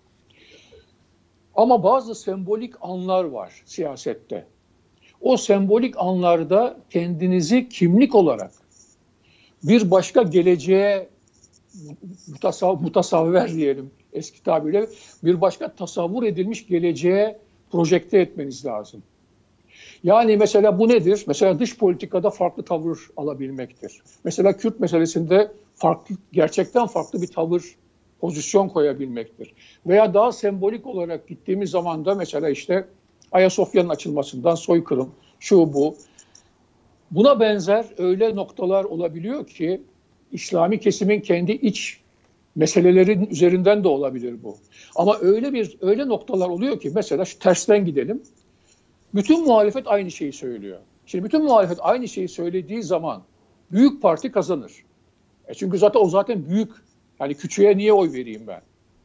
Ama bazı sembolik anlar var siyasette. O sembolik anlarda kendinizi kimlik olarak bir başka geleceğe mutasav, mutasavver diyelim eski tabirle bir başka tasavvur edilmiş geleceğe projekte etmeniz lazım. Yani mesela bu nedir? Mesela dış politikada farklı tavır alabilmektir. Mesela Kürt meselesinde farklı, gerçekten farklı bir tavır, pozisyon koyabilmektir. Veya daha sembolik olarak gittiğimiz zaman da mesela işte Ayasofya'nın açılmasından soykırım, şu bu. Buna benzer öyle noktalar olabiliyor ki İslami kesimin kendi iç meselelerin üzerinden de olabilir bu. Ama öyle bir öyle noktalar oluyor ki mesela şu tersten gidelim. Bütün muhalefet aynı şeyi söylüyor. Şimdi bütün muhalefet aynı şeyi söylediği zaman büyük parti kazanır. E çünkü zaten o zaten büyük. Yani küçüğe niye oy vereyim ben?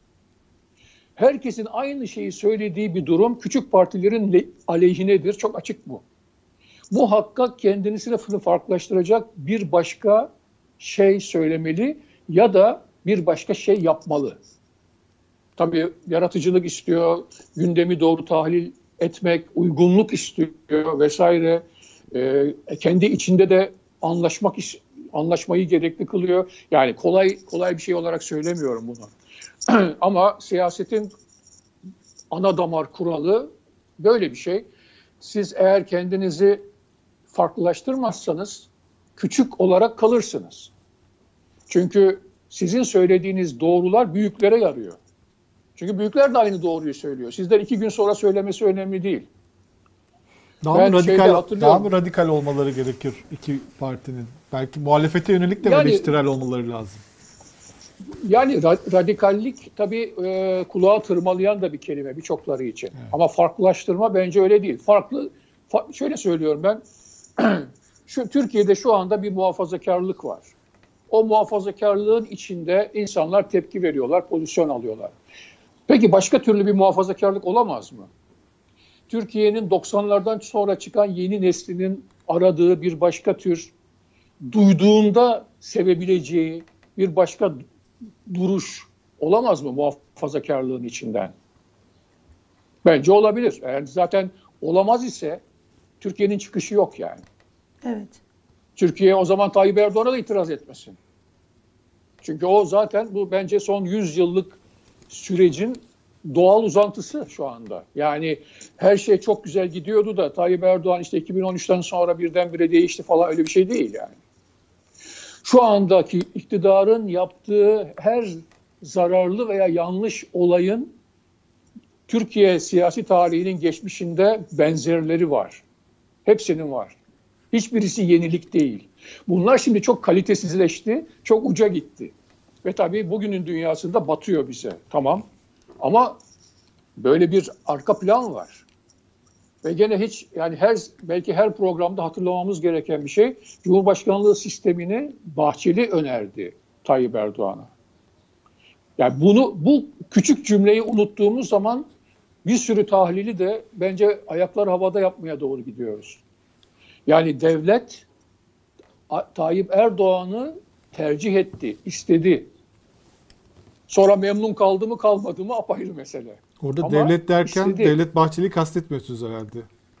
Herkesin aynı şeyi söylediği bir durum küçük partilerin aleyhinedir. Çok açık bu. Bu hakka kendisini farklılaştıracak bir başka şey söylemeli ya da bir başka şey yapmalı. Tabii yaratıcılık istiyor, gündemi doğru tahlil etmek, uygunluk istiyor vesaire. Ee, kendi içinde de anlaşmak anlaşmayı gerekli kılıyor. Yani kolay kolay bir şey olarak söylemiyorum bunu. Ama siyasetin ana damar kuralı böyle bir şey. Siz eğer kendinizi farklılaştırmazsanız küçük olarak kalırsınız. Çünkü sizin söylediğiniz doğrular büyüklere yarıyor. Çünkü büyükler de aynı doğruyu söylüyor. Sizler iki gün sonra söylemesi önemli değil. Daha mı radikal, daha mı radikal olmaları gerekir iki partinin? Belki muhalefete yönelik de yani, eleştirel olmaları lazım. Yani radikallik tabii e, kulağa tırmalayan da bir kelime birçokları için. Evet. Ama farklılaştırma bence öyle değil. Farklı, fa, şöyle söylüyorum ben. Şu Türkiye'de şu anda bir muhafazakarlık var. O muhafazakarlığın içinde insanlar tepki veriyorlar, pozisyon alıyorlar. Peki başka türlü bir muhafazakarlık olamaz mı? Türkiye'nin doksanlardan sonra çıkan yeni neslinin aradığı bir başka tür, duyduğunda sevebileceği bir başka duruş olamaz mı muhafazakarlığın içinden? Bence olabilir. Eğer zaten olamaz ise Türkiye'nin çıkışı yok yani. Evet. Türkiye o zaman Tayyip Erdoğan'a da itiraz etmesin. Çünkü o zaten bu bence son yüz yıllık sürecin doğal uzantısı şu anda. Yani her şey çok güzel gidiyordu da Tayyip Erdoğan işte iki bin on üçten sonra birdenbire değişti falan, öyle bir şey değil yani. Şu andaki iktidarın yaptığı her zararlı veya yanlış olayın Türkiye siyasi tarihinin geçmişinde benzerleri var. Hepsinin var. Hiçbirisi yenilik değil. Bunlar şimdi çok kalitesizleşti, çok uca gitti. Ve tabii bugünün dünyasında batıyor bize. Tamam. Ama böyle bir arka plan var. Ve gene hiç, yani her belki her programda hatırlamamız gereken bir şey, Cumhurbaşkanlığı sistemini Bahçeli önerdi Tayyip Erdoğan'a. Yani bunu, bu küçük cümleyi unuttuğumuz zaman bir sürü tahlili de bence ayaklar havada yapmaya doğru gidiyoruz. Yani devlet Tayyip Erdoğan'ı tercih etti, istedi. Sonra memnun kaldı mı kalmadı mı apayrı mesele. Orada Ama devlet derken istedi. Devlet Bahçeli'yi kastetmiyorsunuz herhalde.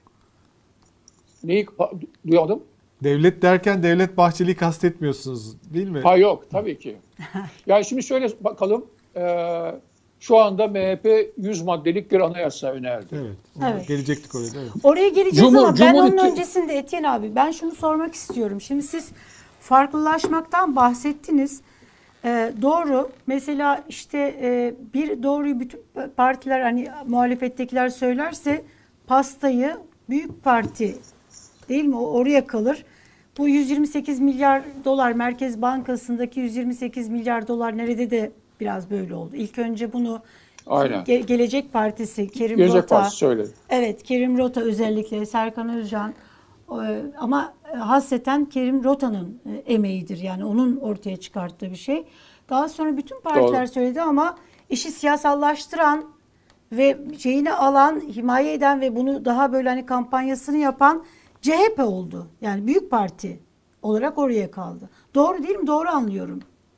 Neyi duyalım? Devlet derken Devlet Bahçeli'yi kastetmiyorsunuz değil mi? Ha yok, tabii ki. Yani şimdi şöyle bakalım. Ee, şu anda M H P yüz maddelik bir anayasa önerdi. Evet. ona Evet. Gelecektik oraya. Evet. Oraya geleceğiz Cumhur- ama ben Cumhur onun İttifakı- öncesinde Etiyen abi, ben şunu sormak istiyorum. Şimdi siz farklılaşmaktan bahsettiniz. Ee, doğru. Mesela işte e, bir doğruyu bütün partiler, hani muhalefettekiler söylerse pastayı büyük parti, değil mi? O oraya kalır. Bu yüz yirmi sekiz milyar dolar, Merkez Bankası'ndaki yüz yirmi sekiz milyar dolar nerede de biraz böyle oldu. İlk önce bunu Aynen. Ge- Gelecek Partisi, Kerim Gelecek Rota, Partisi söyledi. evet Kerim Rota, özellikle Serkan Özcan, e, ama e, hasreten Kerim Rota'nın e, emeğidir. Yani onun ortaya çıkarttığı bir şey. Daha sonra bütün partiler Doğru. söyledi ama işi siyasallaştıran ve şeyini alan, himaye eden ve bunu daha böyle hani kampanyasını yapan C H P oldu. Yani büyük parti olarak oraya kaldı. Doğru değil mi? Doğru anlıyorum.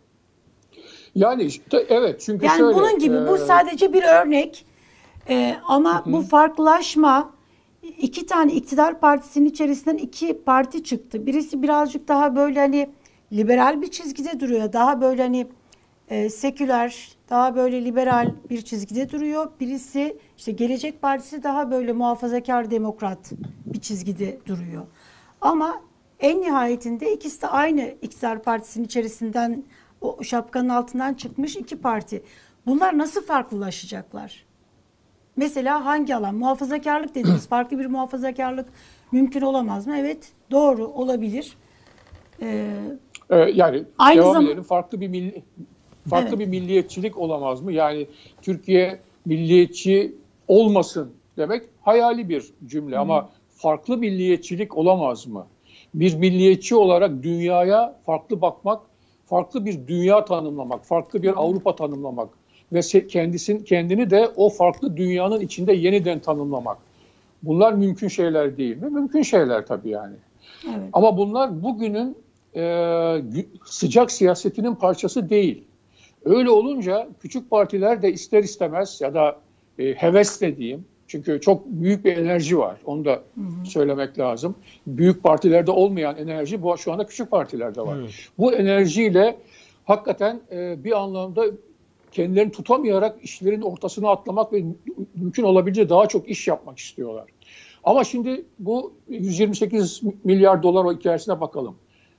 Yani işte evet, çünkü Yani şöyle. bunun gibi, bu e, sadece bir örnek. Ee, ama bu farklılaşma, iki tane iktidar partisinin içerisinden iki parti çıktı. Birisi birazcık daha böyle hani liberal bir çizgide duruyor. Daha böyle hani e, seküler, daha böyle liberal bir çizgide duruyor. Birisi işte Gelecek Partisi daha böyle muhafazakar demokrat bir çizgide duruyor. Ama en nihayetinde ikisi de aynı iktidar partisinin içerisinden, o şapkanın altından çıkmış iki parti. Bunlar nasıl farklılaşacaklar? Mesela hangi alan? Muhafazakarlık dediniz. Farklı bir muhafazakarlık mümkün olamaz mı? Evet, doğru olabilir. Ee, e, yani Aynı devam zam- edelim. Farklı bir milli, farklı Evet. bir milliyetçilik olamaz mı? Yani Türkiye milliyetçi olmasın demek hayali bir cümle, ama farklı milliyetçilik olamaz mı? Bir milliyetçi olarak dünyaya farklı bakmak, farklı bir dünya tanımlamak, farklı bir Avrupa tanımlamak ve se- kendisin, kendini de o farklı dünyanın içinde yeniden tanımlamak. Bunlar mümkün şeyler değil mi? Mümkün şeyler tabii yani. evet. Ama bunlar bugünün e, gü- sıcak siyasetinin parçası değil. Öyle olunca küçük partiler de ister istemez, ya da e, hevesle diyeyim, çünkü çok büyük bir enerji var. Onu da söylemek lazım. Büyük partilerde olmayan enerji bu şu anda küçük partilerde var. Evet. Bu enerjiyle hakikaten e, bir anlamda kendilerini tutamayarak işlerin ortasına atlamak ve mümkün olabildiğince daha çok iş yapmak istiyorlar. Ama şimdi bu yüz yirmi sekiz milyar dolar o hikayesine bakalım.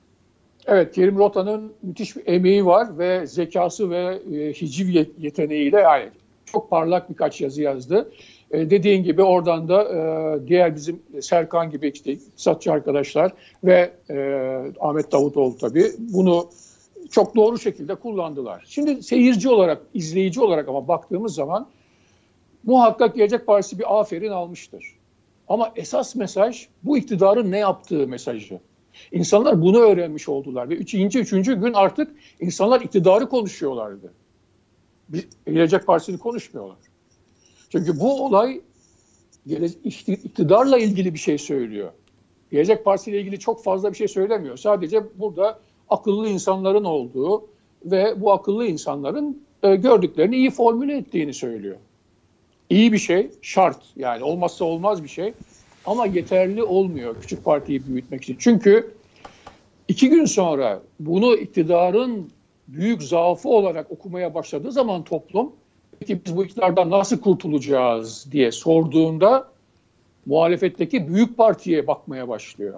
Evet, Kerim Rota'nın müthiş bir emeği var ve zekası ve e, hiciv yeteneğiyle yani çok parlak birkaç yazı yazdı. E, dediğin gibi oradan da e, diğer bizim Serkan gibi işte iktisatçı arkadaşlar ve e, Ahmet Davutoğlu tabii bunu çok doğru şekilde kullandılar. Şimdi seyirci olarak, izleyici olarak ama baktığımız zaman muhakkak Gelecek Partisi bir aferin almıştır. Ama esas mesaj bu iktidarın ne yaptığı mesajı. İnsanlar bunu öğrenmiş oldular ve üçüncü, üçüncü gün artık insanlar iktidarı iktidarla ilgili bir şey söylüyor. Gelecek Partisi ile ilgili çok fazla bir şey söylemiyor. Sadece burada akıllı insanların olduğu ve bu akıllı insanların e, gördüklerini iyi formüle ettiğini söylüyor. İyi bir şey, şart yani olmazsa olmaz bir şey ama yeterli olmuyor küçük partiyi büyütmek için. Çünkü iki gün sonra bunu iktidarın büyük zaafı olarak okumaya başladığı zaman toplum, peki biz bu iktidardan nasıl kurtulacağız diye sorduğunda muhalefetteki büyük partiye bakmaya başlıyor.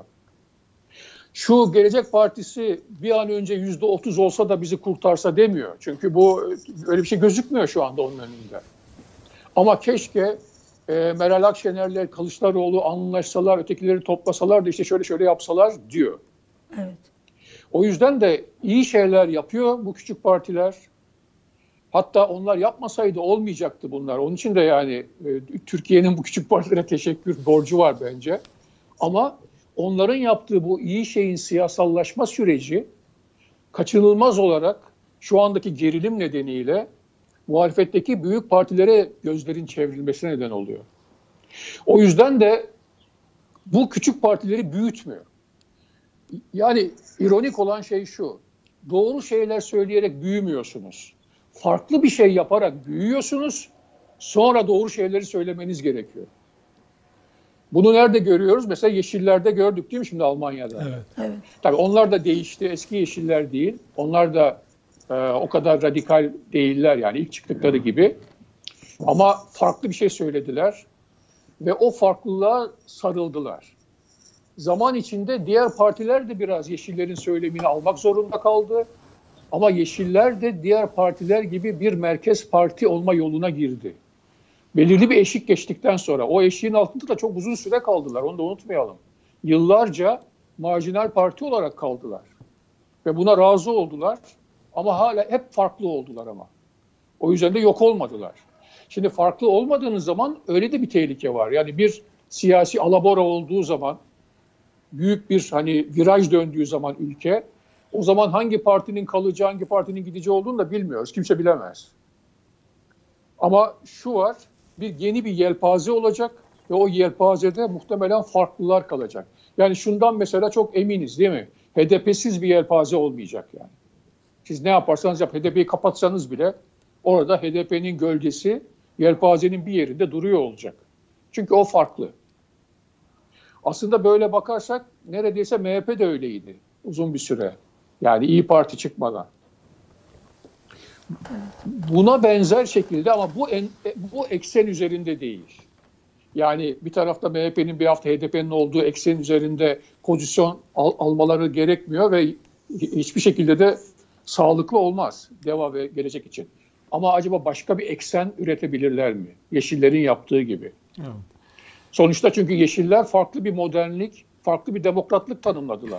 Şu Gelecek Partisi bir an önce yüzde otuz olsa da bizi kurtarsa demiyor. Çünkü bu öyle bir şey gözükmüyor şu anda onun önünde. Ama keşke e, Meral Akşener'le Kılıçdaroğlu anlaşsalar, ötekileri toplasalar da işte şöyle şöyle yapsalar diyor. Evet. O yüzden de iyi şeyler yapıyor bu küçük partiler. Hatta onlar yapmasaydı olmayacaktı bunlar. Onun için de yani e, Türkiye'nin bu küçük partilere teşekkür borcu var bence. Ama onların yaptığı bu iyi şeyin siyasallaşma süreci kaçınılmaz olarak şu andaki gerilim nedeniyle muhalefetteki büyük partilere gözlerin çevrilmesine neden oluyor. O yüzden de bu küçük partileri büyütmüyor. Yani ironik olan şey şu, doğru şeyler söyleyerek büyümüyorsunuz. Farklı bir şey yaparak büyüyorsunuz, sonra doğru şeyleri söylemeniz gerekiyor. Bunu nerede görüyoruz? Mesela Yeşillerde gördük değil mi şimdi Almanya'da? Evet. Evet. Tabii onlar da değişti, eski Yeşiller değil. Onlar da e, o kadar radikal değiller yani ilk çıktıkları gibi. Ama farklı bir şey söylediler ve o farklılığa sarıldılar. Zaman içinde diğer partiler de biraz Yeşillerin söylemini almak zorunda kaldı. Ama Yeşiller de diğer partiler gibi bir merkez parti olma yoluna girdi. Belirli bir eşik geçtikten sonra o eşiğin altında da çok uzun süre kaldılar. Onu da unutmayalım. Yıllarca marjinal parti olarak kaldılar. Ve buna razı oldular. Ama hala hep farklı oldular ama. O yüzden de yok olmadılar. Şimdi farklı olmadığınız zaman öyle de bir tehlike var. Yani bir siyasi alabora olduğu zaman, büyük bir hani viraj döndüğü zaman ülke, o zaman hangi partinin kalacağı, hangi partinin gideceği olduğunu da bilmiyoruz. Kimse bilemez. Ama şu var, bir yeni bir yelpaze olacak ve o yelpazede muhtemelen farklılar kalacak. Yani şundan mesela çok eminiz değil mi? H D P'siz bir yelpaze olmayacak yani. Siz ne yaparsanız yap, H D P'yi kapatsanız bile orada H D P'nin gölgesi yelpazenin bir yerinde duruyor olacak. Çünkü o farklı. Aslında böyle bakarsak neredeyse M H P de öyleydi uzun bir süre. Yani İYİ Parti çıkmadan. Buna benzer şekilde ama bu en, bu eksen üzerinde değil. Yani bir tarafta M H P'nin bir hafta H D P'nin olduğu eksen üzerinde pozisyon al, almaları gerekmiyor ve hiçbir şekilde de sağlıklı olmaz Deva ve Gelecek için. Ama acaba başka bir eksen üretebilirler mi? Yeşillerin yaptığı gibi. Evet. Sonuçta çünkü Yeşiller farklı bir modernlik, farklı bir demokratlık tanımladılar.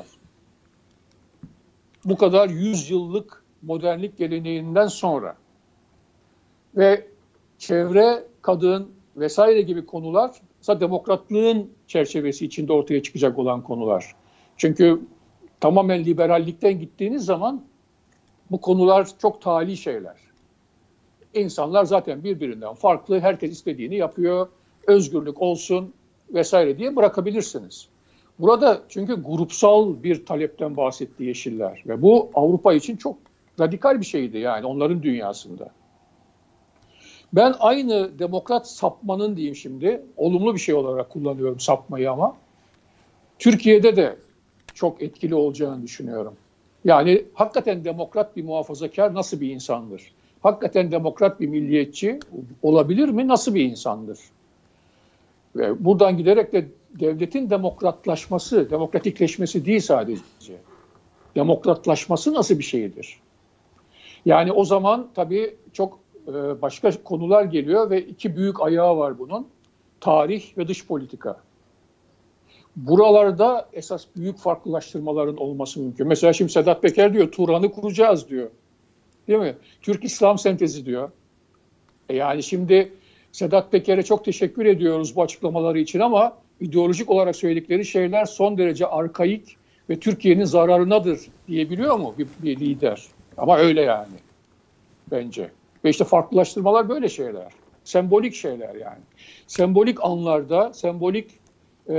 Bu kadar yüzyıllık modernlik geleneğinden sonra ve çevre, kadın vesaire gibi konular ise demokratlığın çerçevesi içinde ortaya çıkacak olan konular. Çünkü tamamen liberallikten gittiğiniz zaman bu konular çok tali şeyler. İnsanlar zaten birbirinden farklı, herkes istediğini yapıyor, özgürlük olsun vesaire diye bırakabilirsiniz. Burada çünkü grupsal bir talepten bahsetti Yeşiller ve bu Avrupa için çok radikal bir şeydi yani onların dünyasında. Ben aynı demokrat sapmanın diyeyim şimdi, olumlu bir şey olarak kullanıyorum sapmayı ama Türkiye'de de çok etkili olacağını düşünüyorum. Yani hakikaten demokrat bir muhafazakar nasıl bir insandır? Hakikaten demokrat bir milliyetçi olabilir mi? Nasıl bir insandır? Ve buradan giderek de devletin demokratlaşması, demokratikleşmesi değil sadece. Demokratlaşması nasıl bir şeydir? Yani o zaman tabii çok başka konular geliyor ve iki büyük ayağı var bunun. Tarih ve dış politika. Buralarda esas büyük farklılaştırmaların olması mümkün. Mesela şimdi Sedat Peker diyor, Turan'ı kuracağız diyor. Değil mi? Türk-İslam sentezi diyor. E yani şimdi Sedat Peker'e çok teşekkür ediyoruz bu açıklamaları için ama ideolojik olarak söyledikleri şeyler son derece arkaik ve Türkiye'nin zararınadır diyebiliyor mu bir, bir lider? Ama öyle yani bence. Ve işte farklılaştırmalar böyle şeyler. Sembolik şeyler yani. Sembolik anlarda, sembolik e,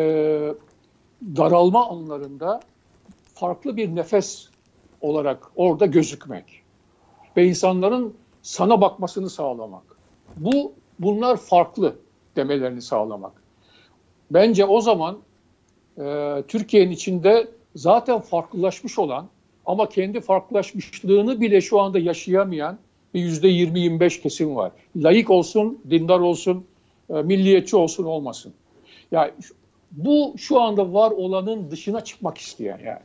daralma anlarında farklı bir nefes olarak orada gözükmek ve insanların sana bakmasını sağlamak. Bu bunlar farklı demelerini sağlamak. Bence o zaman e, Türkiye'nin içinde zaten farklılaşmış olan ama kendi farklılaşmışlığını bile şu anda yaşayamayan bir yüzde yirmi yirmi beş kesim var. Laik olsun, dindar olsun, e, milliyetçi olsun olmasın. Yani bu şu anda var olanın dışına çıkmak isteyen yani.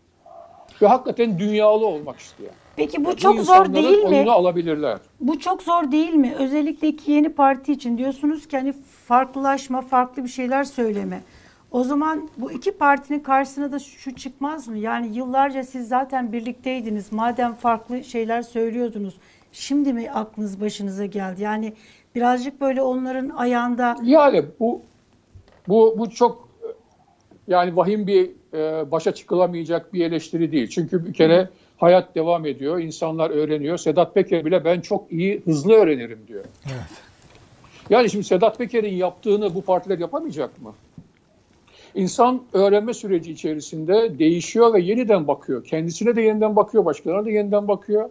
Ve hakikaten dünyalı olmak isteyen. Peki bu yani çok bu zor değil mi? oyunu alabilirler. Bu çok zor değil mi? Özellikle iki yeni parti için diyorsunuz ki hani farklılaşma, farklı bir şeyler söyleme. O zaman bu iki partinin karşısına da şu çıkmaz mı? Yani yıllarca siz zaten birlikteydiniz. Madem farklı şeyler söylüyordunuz. Şimdi mi aklınız başınıza geldi? Yani birazcık böyle onların ayağında... Yani bu bu bu çok yani vahim bir e, başa çıkılamayacak bir eleştiri değil. Çünkü bir kere hayat devam ediyor, insanlar öğreniyor. Sedat Peker bile ben çok iyi, hızlı öğrenirim diyor. Evet. Yani şimdi Sedat Peker'in yaptığını bu partiler yapamayacak mı? İnsan öğrenme süreci içerisinde değişiyor ve yeniden bakıyor. Kendisine de yeniden bakıyor, başkalarına da yeniden bakıyor.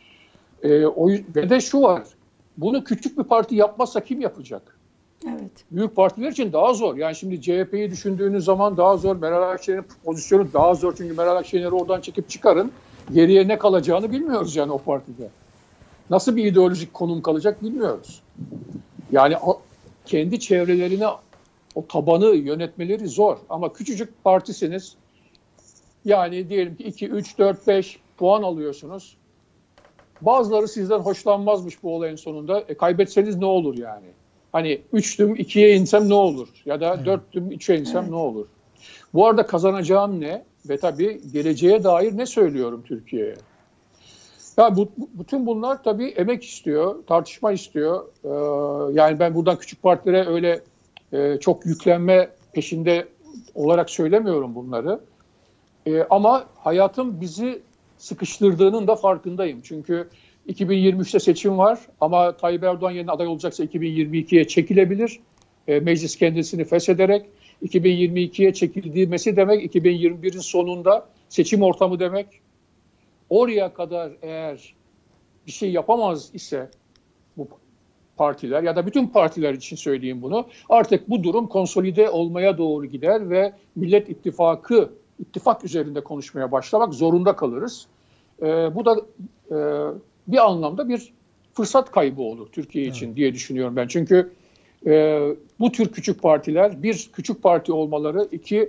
E, o, ve de şu var, bunu küçük bir parti yapmazsa kim yapacak? Evet. Büyük partiler için daha zor. Yani şimdi C H P'yi düşündüğünüz zaman daha zor. Meral Akşener'in pozisyonu daha zor. Çünkü Meral Akşener'i oradan çekip çıkarın. Geriye ne kalacağını bilmiyoruz yani o partide. Nasıl bir ideolojik konum kalacak bilmiyoruz. Yani o, kendi çevrelerine o tabanı yönetmeleri zor. Ama küçücük partisiniz. Yani diyelim ki iki, üç, dört, beş puan alıyorsunuz. Bazıları sizden hoşlanmazmış bu olayın sonunda. E, kaybetseniz ne olur yani? Hani üçtüm ikiye insem ne olur? Ya da dörttüm üçe insem Evet. ne olur? Bu arada kazanacağım ne? Ve tabii geleceğe dair ne söylüyorum Türkiye'ye? Ya bu, bütün bunlar tabii emek istiyor, tartışma istiyor. Ee, yani ben buradan küçük partilere öyle e, çok yüklenme peşinde olarak söylemiyorum bunları. E, ama hayatın bizi sıkıştırdığının da farkındayım. Çünkü iki bin yirmi üçte seçim var ama Tayyip Erdoğan yerine aday olacaksa iki bin yirmi ikiye çekilebilir. E, meclis kendisini feshederek iki bin yirmi ikiye çekilmesi demek iki bin yirmi birin sonunda seçim ortamı demek. Oraya kadar eğer bir şey yapamaz ise bu partiler ya da bütün partiler için söyleyeyim bunu, artık bu durum konsolide olmaya doğru gider ve Millet İttifakı ittifak üzerinde konuşmaya başlamak zorunda kalırız. E, bu da e, bir anlamda bir fırsat kaybı olur Türkiye için evet. diye düşünüyorum ben. Çünkü e, bu tür küçük partiler, bir küçük parti olmaları, iki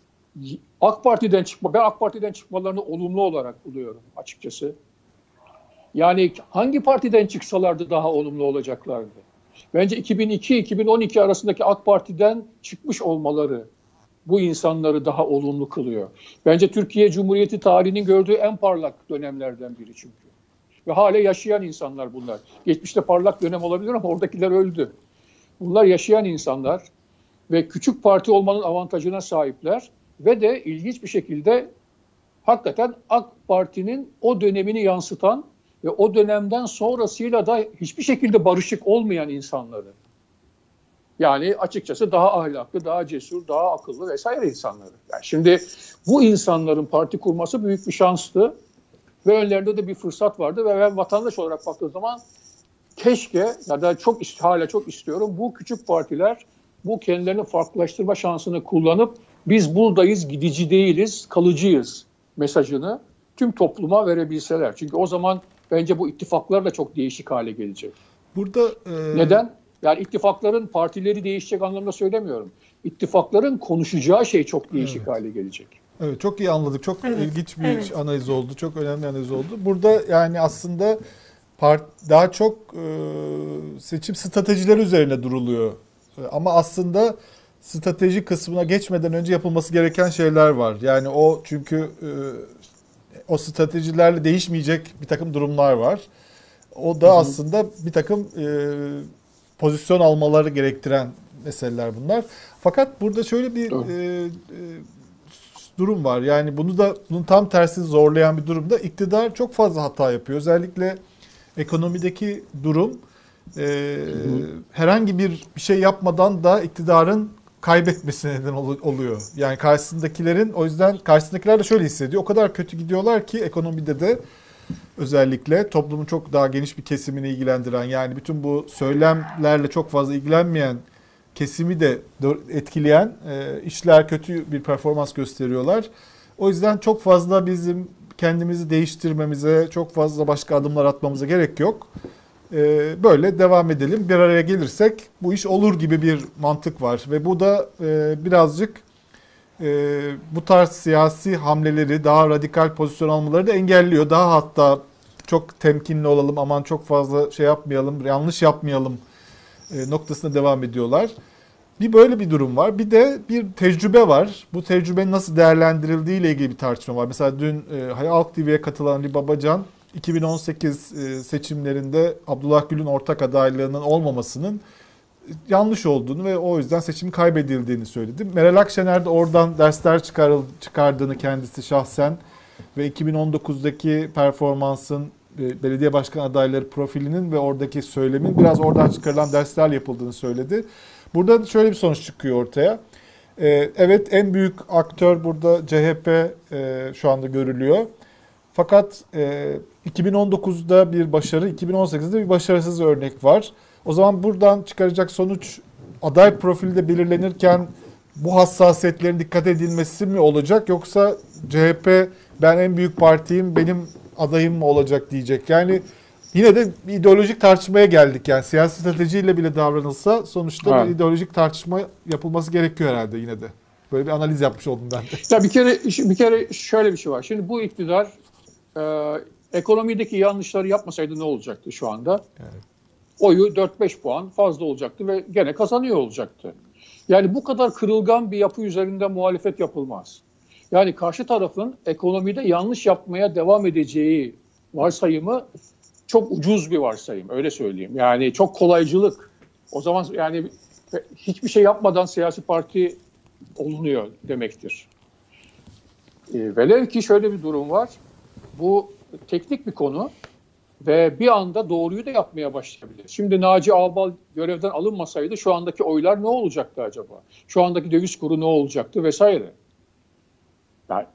AK Parti'den çıkma, ben AK Parti'den çıkmalarını olumlu olarak buluyorum açıkçası. Yani hangi partiden çıksalardı daha olumlu olacaklardı. Bence iki bin iki iki bin on iki arasındaki AK Parti'den çıkmış olmaları bu insanları daha olumlu kılıyor. Bence Türkiye Cumhuriyeti tarihinin gördüğü en parlak dönemlerden biri çünkü. Ve hala yaşayan insanlar bunlar. Geçmişte parlak dönem olabilir ama oradakiler öldü. Bunlar yaşayan insanlar ve küçük parti olmanın avantajına sahipler. Ve de ilginç bir şekilde hakikaten AK Parti'nin o dönemini yansıtan ve o dönemden sonrasıyla da hiçbir şekilde barışık olmayan insanları. Yani açıkçası daha ahlaklı, daha cesur, daha akıllı vesaire insanları. Yani şimdi bu insanların parti kurması büyük bir şanstı ve önlerinde de bir fırsat vardı ve ben vatandaş olarak baktığım zaman keşke ya da çok hala çok istiyorum bu küçük partiler bu kendilerini farklılaştırma şansını kullanıp biz buradayız, gidici değiliz, kalıcıyız mesajını tüm topluma verebilseler. Çünkü o zaman bence bu ittifaklar da çok değişik hale gelecek. Burada e... neden? Yani ittifakların partileri değişecek anlamda söylemiyorum. İttifakların konuşacağı şey çok değişik evet. hale gelecek. Evet, çok iyi anladık. Çok evet. ilginç bir evet. analiz oldu. Çok önemli analiz oldu. Burada yani aslında part, daha çok e, seçim stratejileri üzerine duruluyor. Ama aslında strateji kısmına geçmeden önce yapılması gereken şeyler var. Yani o çünkü e, o stratejilerle değişmeyecek bir takım durumlar var. O da aslında bir takım e, pozisyon almaları gerektiren meseleler bunlar. Fakat burada şöyle bir e, e, durum var. Yani bunu da bunun tam tersini zorlayan bir durumda iktidar çok fazla hata yapıyor. Özellikle ekonomideki durum e, herhangi bir bir şey yapmadan da iktidarın kaybetmesine neden ol- oluyor. Yani karşısındakilerin, o yüzden karşısındakiler de şöyle hissediyor. O kadar kötü gidiyorlar ki ekonomide de özellikle toplumun çok daha geniş bir kesimini ilgilendiren, yani bütün bu söylemlerle çok fazla ilgilenmeyen kesimi de etkileyen e, işler kötü bir performans gösteriyorlar. O yüzden çok fazla bizim kendimizi değiştirmemize, çok fazla başka adımlar atmamıza gerek yok. E, böyle devam edelim. Bir araya gelirsek bu iş olur gibi bir mantık var. Ve bu da e, birazcık e, bu tarz siyasi hamleleri, daha radikal pozisyon almaları da engelliyor. Daha hatta çok temkinli olalım, aman çok fazla şey yapmayalım, yanlış yapmayalım e, noktasına devam ediyorlar. Bir böyle bir durum var. Bir de bir tecrübe var. Bu tecrübenin nasıl değerlendirildiği ile ilgili bir tartışma var. Mesela dün e, Halk T V'ye katılan Ali Babacan, iki bin on sekiz e, seçimlerinde Abdullah Gül'ün ortak adaylığının olmamasının yanlış olduğunu ve o yüzden seçim kaybedildiğini söyledi. Meral Akşener de oradan dersler çıkarıl, çıkardığını kendisi şahsen ve iki bin on dokuzdaki performansın, e, belediye başkan adayları profilinin ve oradaki söylemin biraz oradan çıkarılan dersler yapıldığını söyledi. Burada şöyle bir sonuç çıkıyor ortaya. Ee, evet, en büyük aktör burada C H P e, şu anda görülüyor. Fakat e, iki bin on dokuzda bir başarı, iki bin on sekizde bir başarısız örnek var. O zaman buradan çıkaracak sonuç, aday profili de belirlenirken bu hassasiyetlerin dikkat edilmesi mi olacak, yoksa C H P ben en büyük partiyim, benim adayım mı olacak diyecek. Yani yine de bir ideolojik tartışmaya geldik. Yani siyasi stratejiyle bile davranılsa sonuçta evet, bir ideolojik tartışma yapılması gerekiyor herhalde yine de. Böyle bir analiz yapmış oldum ben de. Ya bir kere bir kere şöyle bir şey var. Şimdi bu iktidar e, ekonomideki yanlışları yapmasaydı ne olacaktı şu anda? Evet. Oyu dört beş puan fazla olacaktı ve gene kazanıyor olacaktı. Yani bu kadar kırılgan bir yapı üzerinde muhalefet yapılmaz. Yani karşı tarafın ekonomide yanlış yapmaya devam edeceği varsayımı çok ucuz bir varsayım, öyle söyleyeyim. Yani çok kolaycılık. O zaman yani hiçbir şey yapmadan siyasi parti olunuyor demektir. E, velev ki şöyle bir durum var. Bu teknik bir konu ve bir anda doğruyu da yapmaya başlayabilir. Şimdi Naci Ağbal görevden alınmasaydı şu andaki oylar ne olacaktı acaba? Şu andaki döviz kuru ne olacaktı vesaire. Yani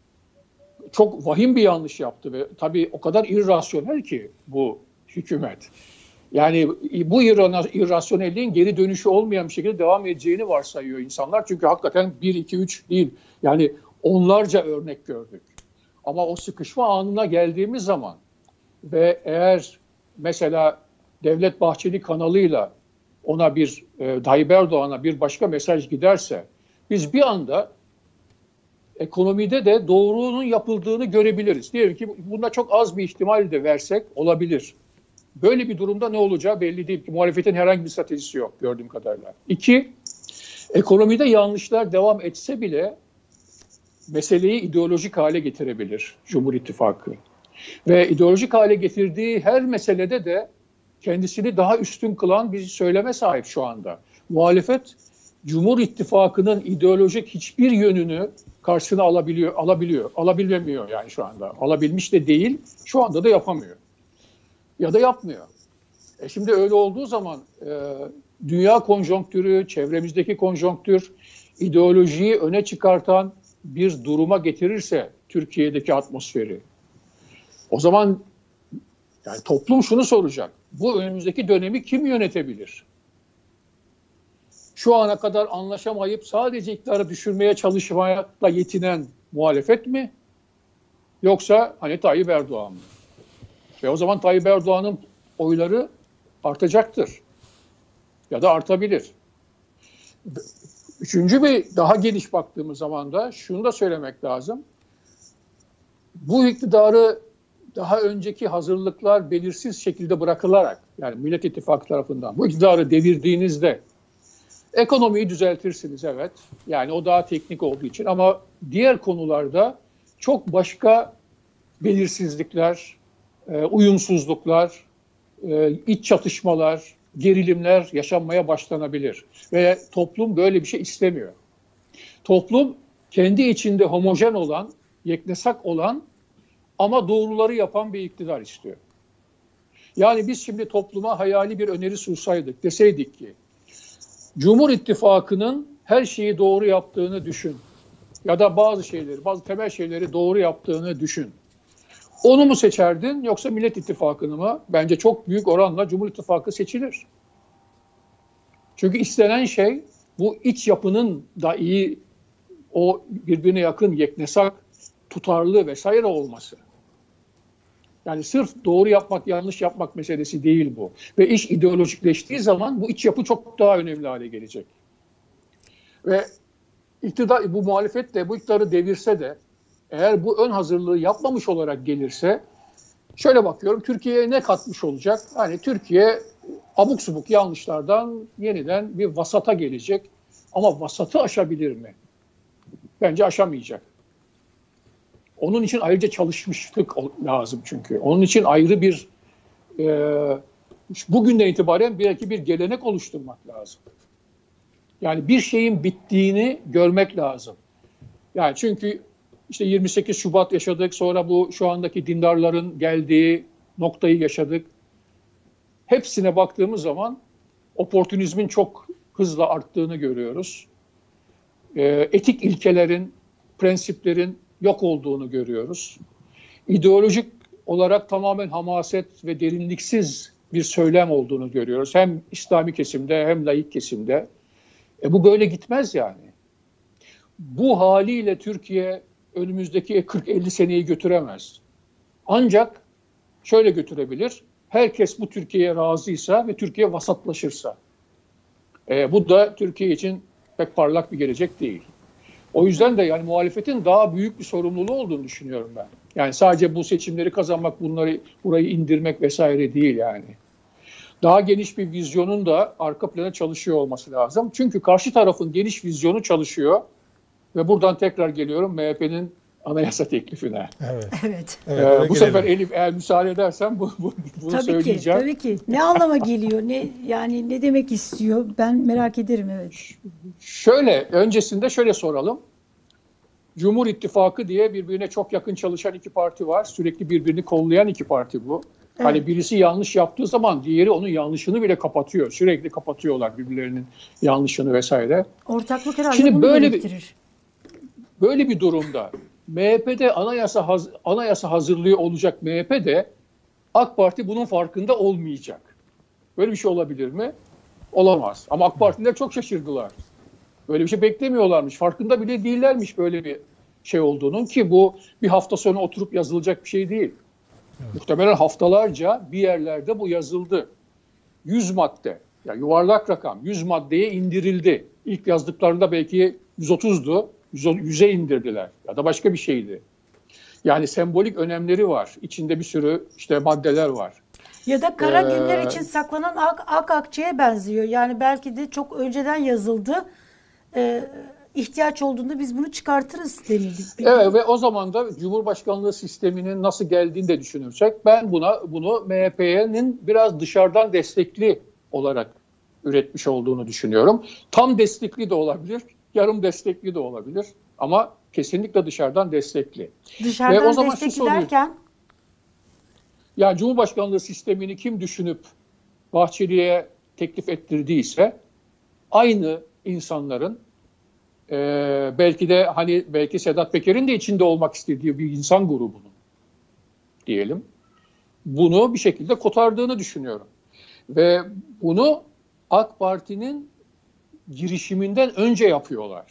çok vahim bir yanlış yaptı ve tabii o kadar irrasyonel ki bu hükümet. Yani bu irrasyonelliğin geri dönüşü olmayan bir şekilde devam edeceğini varsayıyor insanlar. Çünkü hakikaten bir, iki, üç değil. Yani onlarca örnek gördük. Ama o sıkışma anına geldiğimiz zaman ve eğer mesela Devlet Bahçeli kanalıyla ona bir e, Tayyip Erdoğan'a bir başka mesaj giderse biz bir anda ekonomide de doğrunun yapıldığını görebiliriz. Diyelim ki buna çok az bir ihtimal de versek olabilir. Böyle bir durumda ne olacağı belli değil. Muhalefetin herhangi bir stratejisi yok gördüğüm kadarıyla. İki, ekonomide yanlışlar devam etse bile meseleyi ideolojik hale getirebilir Cumhur İttifakı. Ve ideolojik hale getirdiği her meselede de kendisini daha üstün kılan bir söyleme sahip şu anda. Muhalefet Cumhur İttifakı'nın ideolojik hiçbir yönünü karşısına alabiliyor, alabiliyor, alabilemiyor yani şu anda. Alabilmiş de değil, şu anda da yapamıyor. Ya da yapmıyor. E şimdi öyle olduğu zaman e, dünya konjonktürü, çevremizdeki konjonktür, ideolojiyi öne çıkartan bir duruma getirirse Türkiye'deki atmosferi, o zaman yani toplum şunu soracak: bu önümüzdeki dönemi kim yönetebilir? Şu ana kadar anlaşamayıp sadece iktidarı düşürmeye çalışmakla yetinen muhalefet mi? Yoksa hani Tayyip Erdoğan mı? Ve o zaman Tayyip Erdoğan'ın oyları artacaktır. Ya da artabilir. Üçüncü bir daha geniş baktığımız zaman da şunu da söylemek lazım. Bu iktidarı daha önceki hazırlıklar belirsiz şekilde bırakılarak, yani Millet İttifakı tarafından bu iktidarı devirdiğinizde ekonomiyi düzeltirsiniz, evet. Yani o daha teknik olduğu için, ama diğer konularda çok başka belirsizlikler, uyumsuzluklar, iç çatışmalar, gerilimler yaşanmaya başlanabilir. Ve toplum böyle bir şey istemiyor. Toplum kendi içinde homojen olan, yeknesak olan ama doğruları yapan bir iktidar istiyor. Yani biz şimdi topluma hayali bir öneri sunsaydık, deseydik ki Cumhur İttifakı'nın her şeyi doğru yaptığını düşün. Ya da bazı şeyleri, bazı temel şeyleri doğru yaptığını düşün. Onu mu seçerdin yoksa Millet İttifakı'nı mı? Bence çok büyük oranla Cumhur İttifakı seçilir. Çünkü istenen şey bu iç yapının da iyi, o birbirine yakın, yeknesak, tutarlı vesaire olması. Yani sırf doğru yapmak, yanlış yapmak meselesi değil bu. Ve iş ideolojikleştiği zaman bu iç yapı çok daha önemli hale gelecek. Ve iktidar, bu muhalefet de bu iktidarı devirse de eğer bu ön hazırlığı yapmamış olarak gelirse şöyle bakıyorum, Türkiye'ye ne katmış olacak? Hani Türkiye abuk subuk yanlışlardan yeniden bir vasata gelecek. Ama vasatı aşabilir mi? Bence aşamayacak. Onun için ayrıca çalışmışlık lazım çünkü. Onun için ayrı bir e, bugünden itibaren belki bir gelenek oluşturmak lazım. Yani bir şeyin bittiğini görmek lazım. Yani çünkü işte yirmi sekiz Şubat yaşadık, sonra bu şu andaki dindarların geldiği noktayı yaşadık. Hepsine baktığımız zaman oportunizmin çok hızla arttığını görüyoruz. E, etik ilkelerin, prensiplerin yok olduğunu görüyoruz. İdeolojik olarak tamamen hamaset ve derinliksiz bir söylem olduğunu görüyoruz. Hem İslami kesimde hem laik kesimde. E bu böyle gitmez yani. Bu haliyle Türkiye önümüzdeki kırk elli seneyi götüremez. Ancak şöyle götürebilir. Herkes bu Türkiye'ye razıysa ve Türkiye vasatlaşırsa. E, bu da Türkiye için pek parlak bir gelecek değil. O yüzden de yani muhalefetin daha büyük bir sorumluluğu olduğunu düşünüyorum ben. Yani sadece bu seçimleri kazanmak, bunları burayı indirmek vesaire değil yani. Daha geniş bir vizyonun da arka plana çalışıyor olması lazım. Çünkü karşı tarafın geniş vizyonu çalışıyor ve buradan tekrar geliyorum M H P'nin anayasa teklifine. Evet. Evet. Evet, ee, bu sefer Elif eğer müsaade edersen bu, bu, bunu Tabii söyleyeceğim. ki, tabii ki. Ne anlama geliyor? Ne yani ne demek istiyor? Ben merak ederim, evet. Şöyle, öncesinde şöyle soralım. Cumhur İttifakı diye birbirine çok yakın çalışan iki parti var. Sürekli birbirini kollayan iki parti bu. Evet. Hani birisi yanlış yaptığı zaman diğeri onun yanlışını bile kapatıyor. Sürekli kapatıyorlar birbirlerinin yanlışını vesaire. Ortaklık herhalde Şimdi bunu böyle gerektirir. Bir, böyle bir durumda M H P'de anayasa, haz, anayasa hazırlığı olacak M H P'de AK Parti bunun farkında olmayacak. Böyle bir şey olabilir mi? Olamaz. Ama AK Partililer çok şaşırdılar. Böyle bir şey beklemiyorlarmış. Farkında bile değillermiş böyle bir şey olduğunun, ki bu bir hafta sonra oturup yazılacak bir şey değil. Evet. Muhtemelen haftalarca bir yerlerde bu yazıldı. yüz madde, yani yuvarlak rakam yüz maddeye indirildi. İlk yazdıklarında belki yüz otuzdu. yüze indirdiler ya da başka bir şeydi. Yani sembolik önemleri var. İçinde bir sürü işte maddeler var. Ya da kara Ee, günler için saklanan ak, ak akçeye benziyor. Yani belki de çok önceden yazıldı. Ee, ihtiyaç olduğunda biz bunu çıkartırız denildi. Evet, ve o zaman da Cumhurbaşkanlığı sisteminin nasıl geldiğini de düşünürsek ben buna bunu M H P'nin biraz dışarıdan destekli olarak üretmiş olduğunu düşünüyorum. Tam destekli de olabilir, yarım destekli de olabilir ama kesinlikle dışarıdan destekli. Dışarıdan ve o zaman destekli şu soruyu, derken? yani Cumhurbaşkanlığı sistemini kim düşünüp Bahçeli'ye teklif ettirdiyse aynı insanların, e, belki de hani belki Sedat Peker'in de içinde olmak istediği bir insan grubunun diyelim, bunu bir şekilde kotardığını düşünüyorum. Ve bunu AK Parti'nin girişiminden önce yapıyorlar.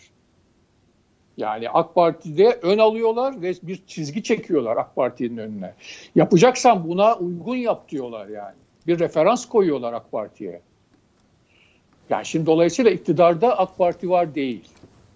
Yani AK Parti'de ön alıyorlar ve bir çizgi çekiyorlar AK Parti'nin önüne. Yapacaksan buna uygun yap diyorlar yani. Bir referans koyuyorlar AK Parti'ye. Yani şimdi dolayısıyla iktidarda AK Parti var değil.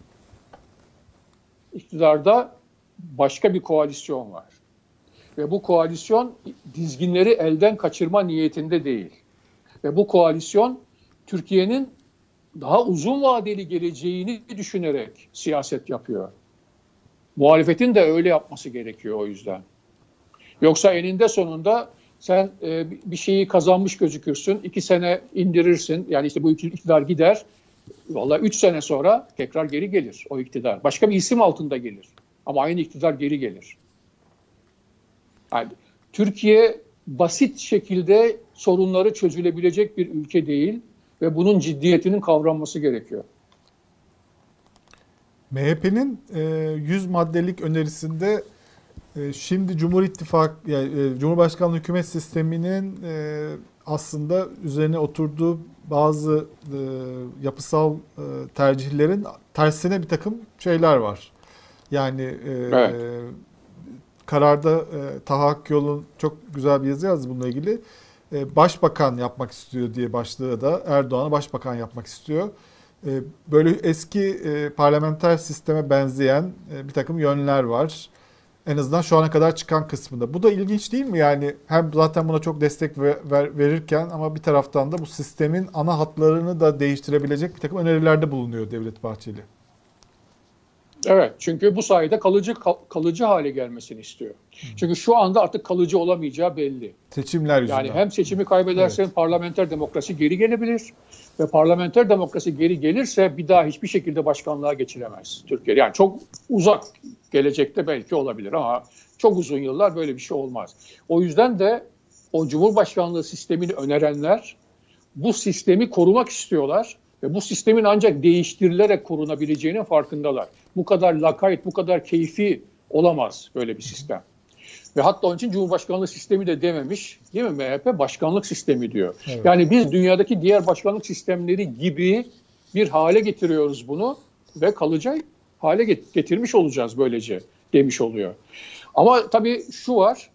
İktidarda başka bir koalisyon var. Ve bu koalisyon dizginleri elden kaçırma niyetinde değil. Ve bu koalisyon Türkiye'nin daha uzun vadeli geleceğini düşünerek siyaset yapıyor. Muhalefetin de öyle yapması gerekiyor o yüzden. Yoksa eninde sonunda sen e, bir şeyi kazanmış gözükürsün, iki sene indirirsin. Yani işte bu iktidar gider. Vallahi üç sene sonra tekrar geri gelir o iktidar. Başka bir isim altında gelir. Ama aynı iktidar geri gelir. Yani Türkiye basit şekilde sorunları çözülebilecek bir ülke değil ve bunun ciddiyetinin kavranması gerekiyor. M H P'nin yüz maddelik önerisinde şimdi Cumhur İttifakı, yani Cumhurbaşkanlığı hükümet sisteminin aslında üzerine oturduğu bazı yapısal tercihlerin tersine bir takım şeyler var. Yani evet. Kararda Taha Akyol'un çok güzel bir yazı yazdı bununla ilgili. Başbakan yapmak istiyor diye başlığı da Erdoğan'ı başbakan yapmak istiyor. Böyle eski parlamenter sisteme benzeyen bir takım yönler var. En azından şu ana kadar çıkan kısmında. Bu da ilginç değil mi? Yani hem zaten buna çok destek ver, verirken ama bir taraftan da bu sistemin ana hatlarını da değiştirebilecek bir takım önerilerde bulunuyor Devlet Bahçeli. Evet, çünkü bu sayede kalıcı kalıcı hale gelmesini istiyor. Çünkü şu anda artık kalıcı olamayacağı belli. Seçimler yüzünden. Yani hem seçimi kaybedersen evet. parlamenter demokrasi geri gelebilir ve parlamenter demokrasi geri gelirse bir daha hiçbir şekilde başkanlığa geçilemez Türkiye. Yani çok uzak gelecekte belki olabilir ama çok uzun yıllar böyle bir şey olmaz. O yüzden de o Cumhurbaşkanlığı sistemini önerenler bu sistemi korumak istiyorlar. Ve bu sistemin ancak değiştirilerek korunabileceğinin farkındalar. Bu kadar lakayt, bu kadar keyfi olamaz böyle bir sistem. Ve hatta onun için Cumhurbaşkanlığı sistemi de dememiş, değil mi? M H P başkanlık sistemi diyor. Evet. Yani biz dünyadaki diğer başkanlık sistemleri gibi bir hale getiriyoruz bunu ve kalıcı hale getirmiş olacağız böylece demiş oluyor. Ama tabii şu var,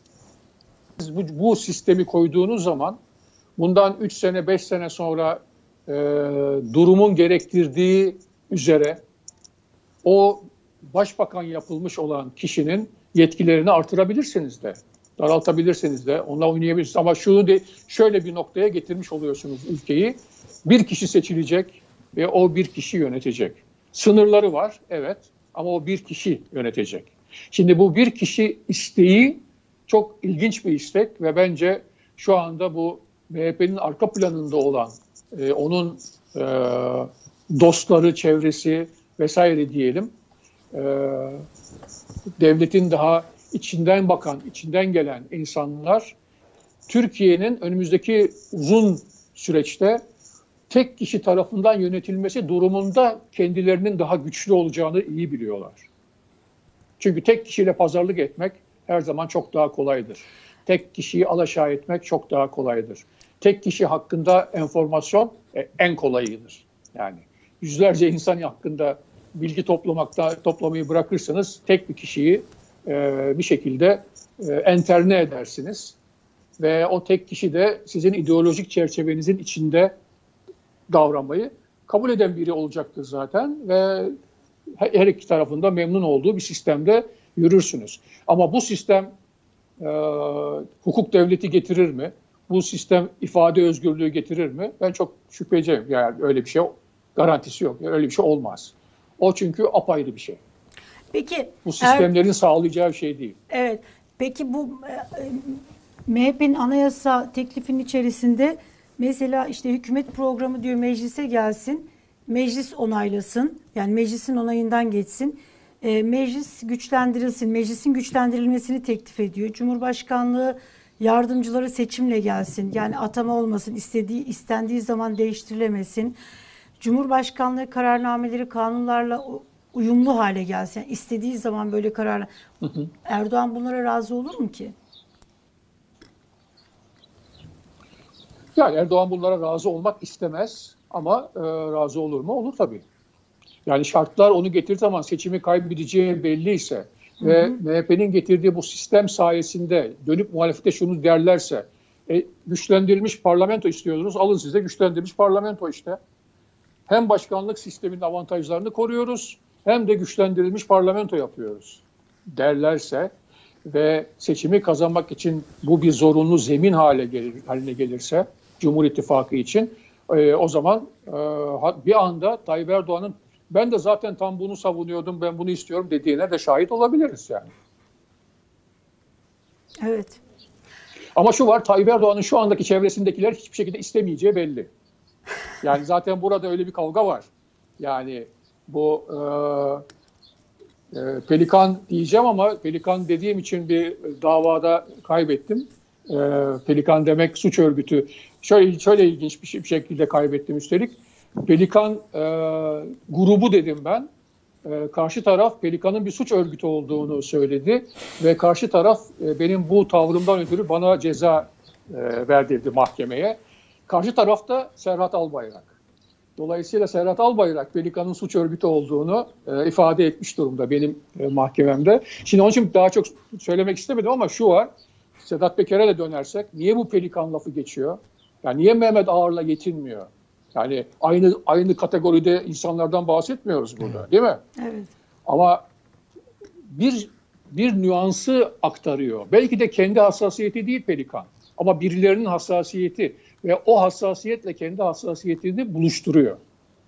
bu, bu sistemi koyduğunuz zaman bundan üç sene, beş sene sonra e, durumun gerektirdiği üzere o başbakan yapılmış olan kişinin yetkilerini artırabilirsiniz de, daraltabilirsiniz de, onunla oynayabilirsiniz. Ama şunu de şöyle bir noktaya getirmiş oluyorsunuz ülkeyi. Bir kişi seçilecek ve o bir kişi yönetecek. Sınırları var, evet, ama o bir kişi yönetecek. Şimdi bu bir kişi isteği çok ilginç bir istek ve bence şu anda bu M H P'nin arka planında olan, e, onun e, dostları, çevresi vesaire diyelim, e, devletin daha içinden bakan, içinden gelen insanlar Türkiye'nin önümüzdeki uzun süreçte tek kişi tarafından yönetilmesi durumunda kendilerinin daha güçlü olacağını iyi biliyorlar. Çünkü tek kişiyle pazarlık etmek her zaman çok daha kolaydır. Tek kişiyi alaşağı etmek çok daha kolaydır. Tek kişi hakkında enformasyon e, en kolayıdır. Yani yüzlerce insan hakkında bilgi toplamakta toplamayı bırakırsanız tek bir kişiyi e, bir şekilde e, enterne edersiniz. Ve o tek kişi de sizin ideolojik çerçevenizin içinde davranmayı kabul eden biri olacaktır zaten ve her iki tarafında memnun olduğu bir sistemde yürürsünüz. Ama bu sistem e, hukuk devleti getirir mi? Bu sistem ifade özgürlüğü getirir mi? Ben çok şüpheciyim. Yani öyle bir şey garantisi yok. Yani öyle bir şey olmaz. O çünkü apayrı bir şey. Peki bu sistemlerin er, sağlayacağı bir şey değil. Evet. Peki bu e, M H P'nin anayasa teklifinin içerisinde mesela işte hükümet programı diyor meclise gelsin, meclis onaylasın, yani meclisin onayından geçsin, e, meclis güçlendirilsin, meclisin güçlendirilmesini teklif ediyor. Cumhurbaşkanlığı yardımcıları seçimle gelsin, yani atama olmasın, istediği istendiği zaman değiştirilemesin. Cumhurbaşkanlığı kararnameleri kanunlarla uyumlu hale gelsin, yani istediği zaman böyle karar. Hı hı. Erdoğan bunlara razı olur mu ki? Yani Erdoğan bunlara razı olmak istemez ama e, razı olur mu? Olur tabii. Yani şartlar onu getirdiği zaman seçimi kaybedeceği belliyse hı hı. ve M H P'nin getirdiği bu sistem sayesinde dönüp muhalefete şunu derlerse e, güçlendirilmiş parlamento istiyordunuz, alın size güçlendirilmiş parlamento işte. Hem başkanlık sisteminin avantajlarını koruyoruz hem de güçlendirilmiş parlamento yapıyoruz derlerse ve seçimi kazanmak için bu bir zorunlu zemin hale gelir, haline gelirse Cumhur İttifakı için e, o zaman e, bir anda Tayyip Erdoğan'ın ben de zaten tam bunu savunuyordum, ben bunu istiyorum dediğine de şahit olabiliriz yani. Evet. Ama şu var, Tayyip Erdoğan'ın şu andaki çevresindekiler hiçbir şekilde istemeyeceği belli. Yani zaten burada öyle bir kavga var. Yani bu e, e, Pelikan diyeceğim ama Pelikan dediğim için bir davada kaybettim. E, Pelikan demek suç örgütü. Şöyle, şöyle ilginç bir, şey, bir şekilde kaybettim üstelik. Pelikan e, grubu dedim ben. E, karşı taraf Pelikan'ın bir suç örgütü olduğunu söyledi. Ve karşı taraf e, benim bu tavrımdan ötürü bana ceza e, verdirdi mahkemeye. Karşı tarafta Serhat Albayrak. Dolayısıyla Serhat Albayrak Pelikan'ın suç örgütü olduğunu e, ifade etmiş durumda benim e, mahkememde. Şimdi onun için daha çok söylemek istemedim ama şu var. Sedat Peker'e de dönersek niye bu Pelikan lafı geçiyor? Yani niye Mehmet Ağar'la yetinmiyor? Yani aynı aynı kategoride insanlardan bahsetmiyoruz burada, değil mi? Evet. Ama bir bir nüansı aktarıyor. Belki de kendi hassasiyeti değil Pelikan. Ama birilerinin hassasiyeti ve o hassasiyetle kendi hassasiyetini buluşturuyor.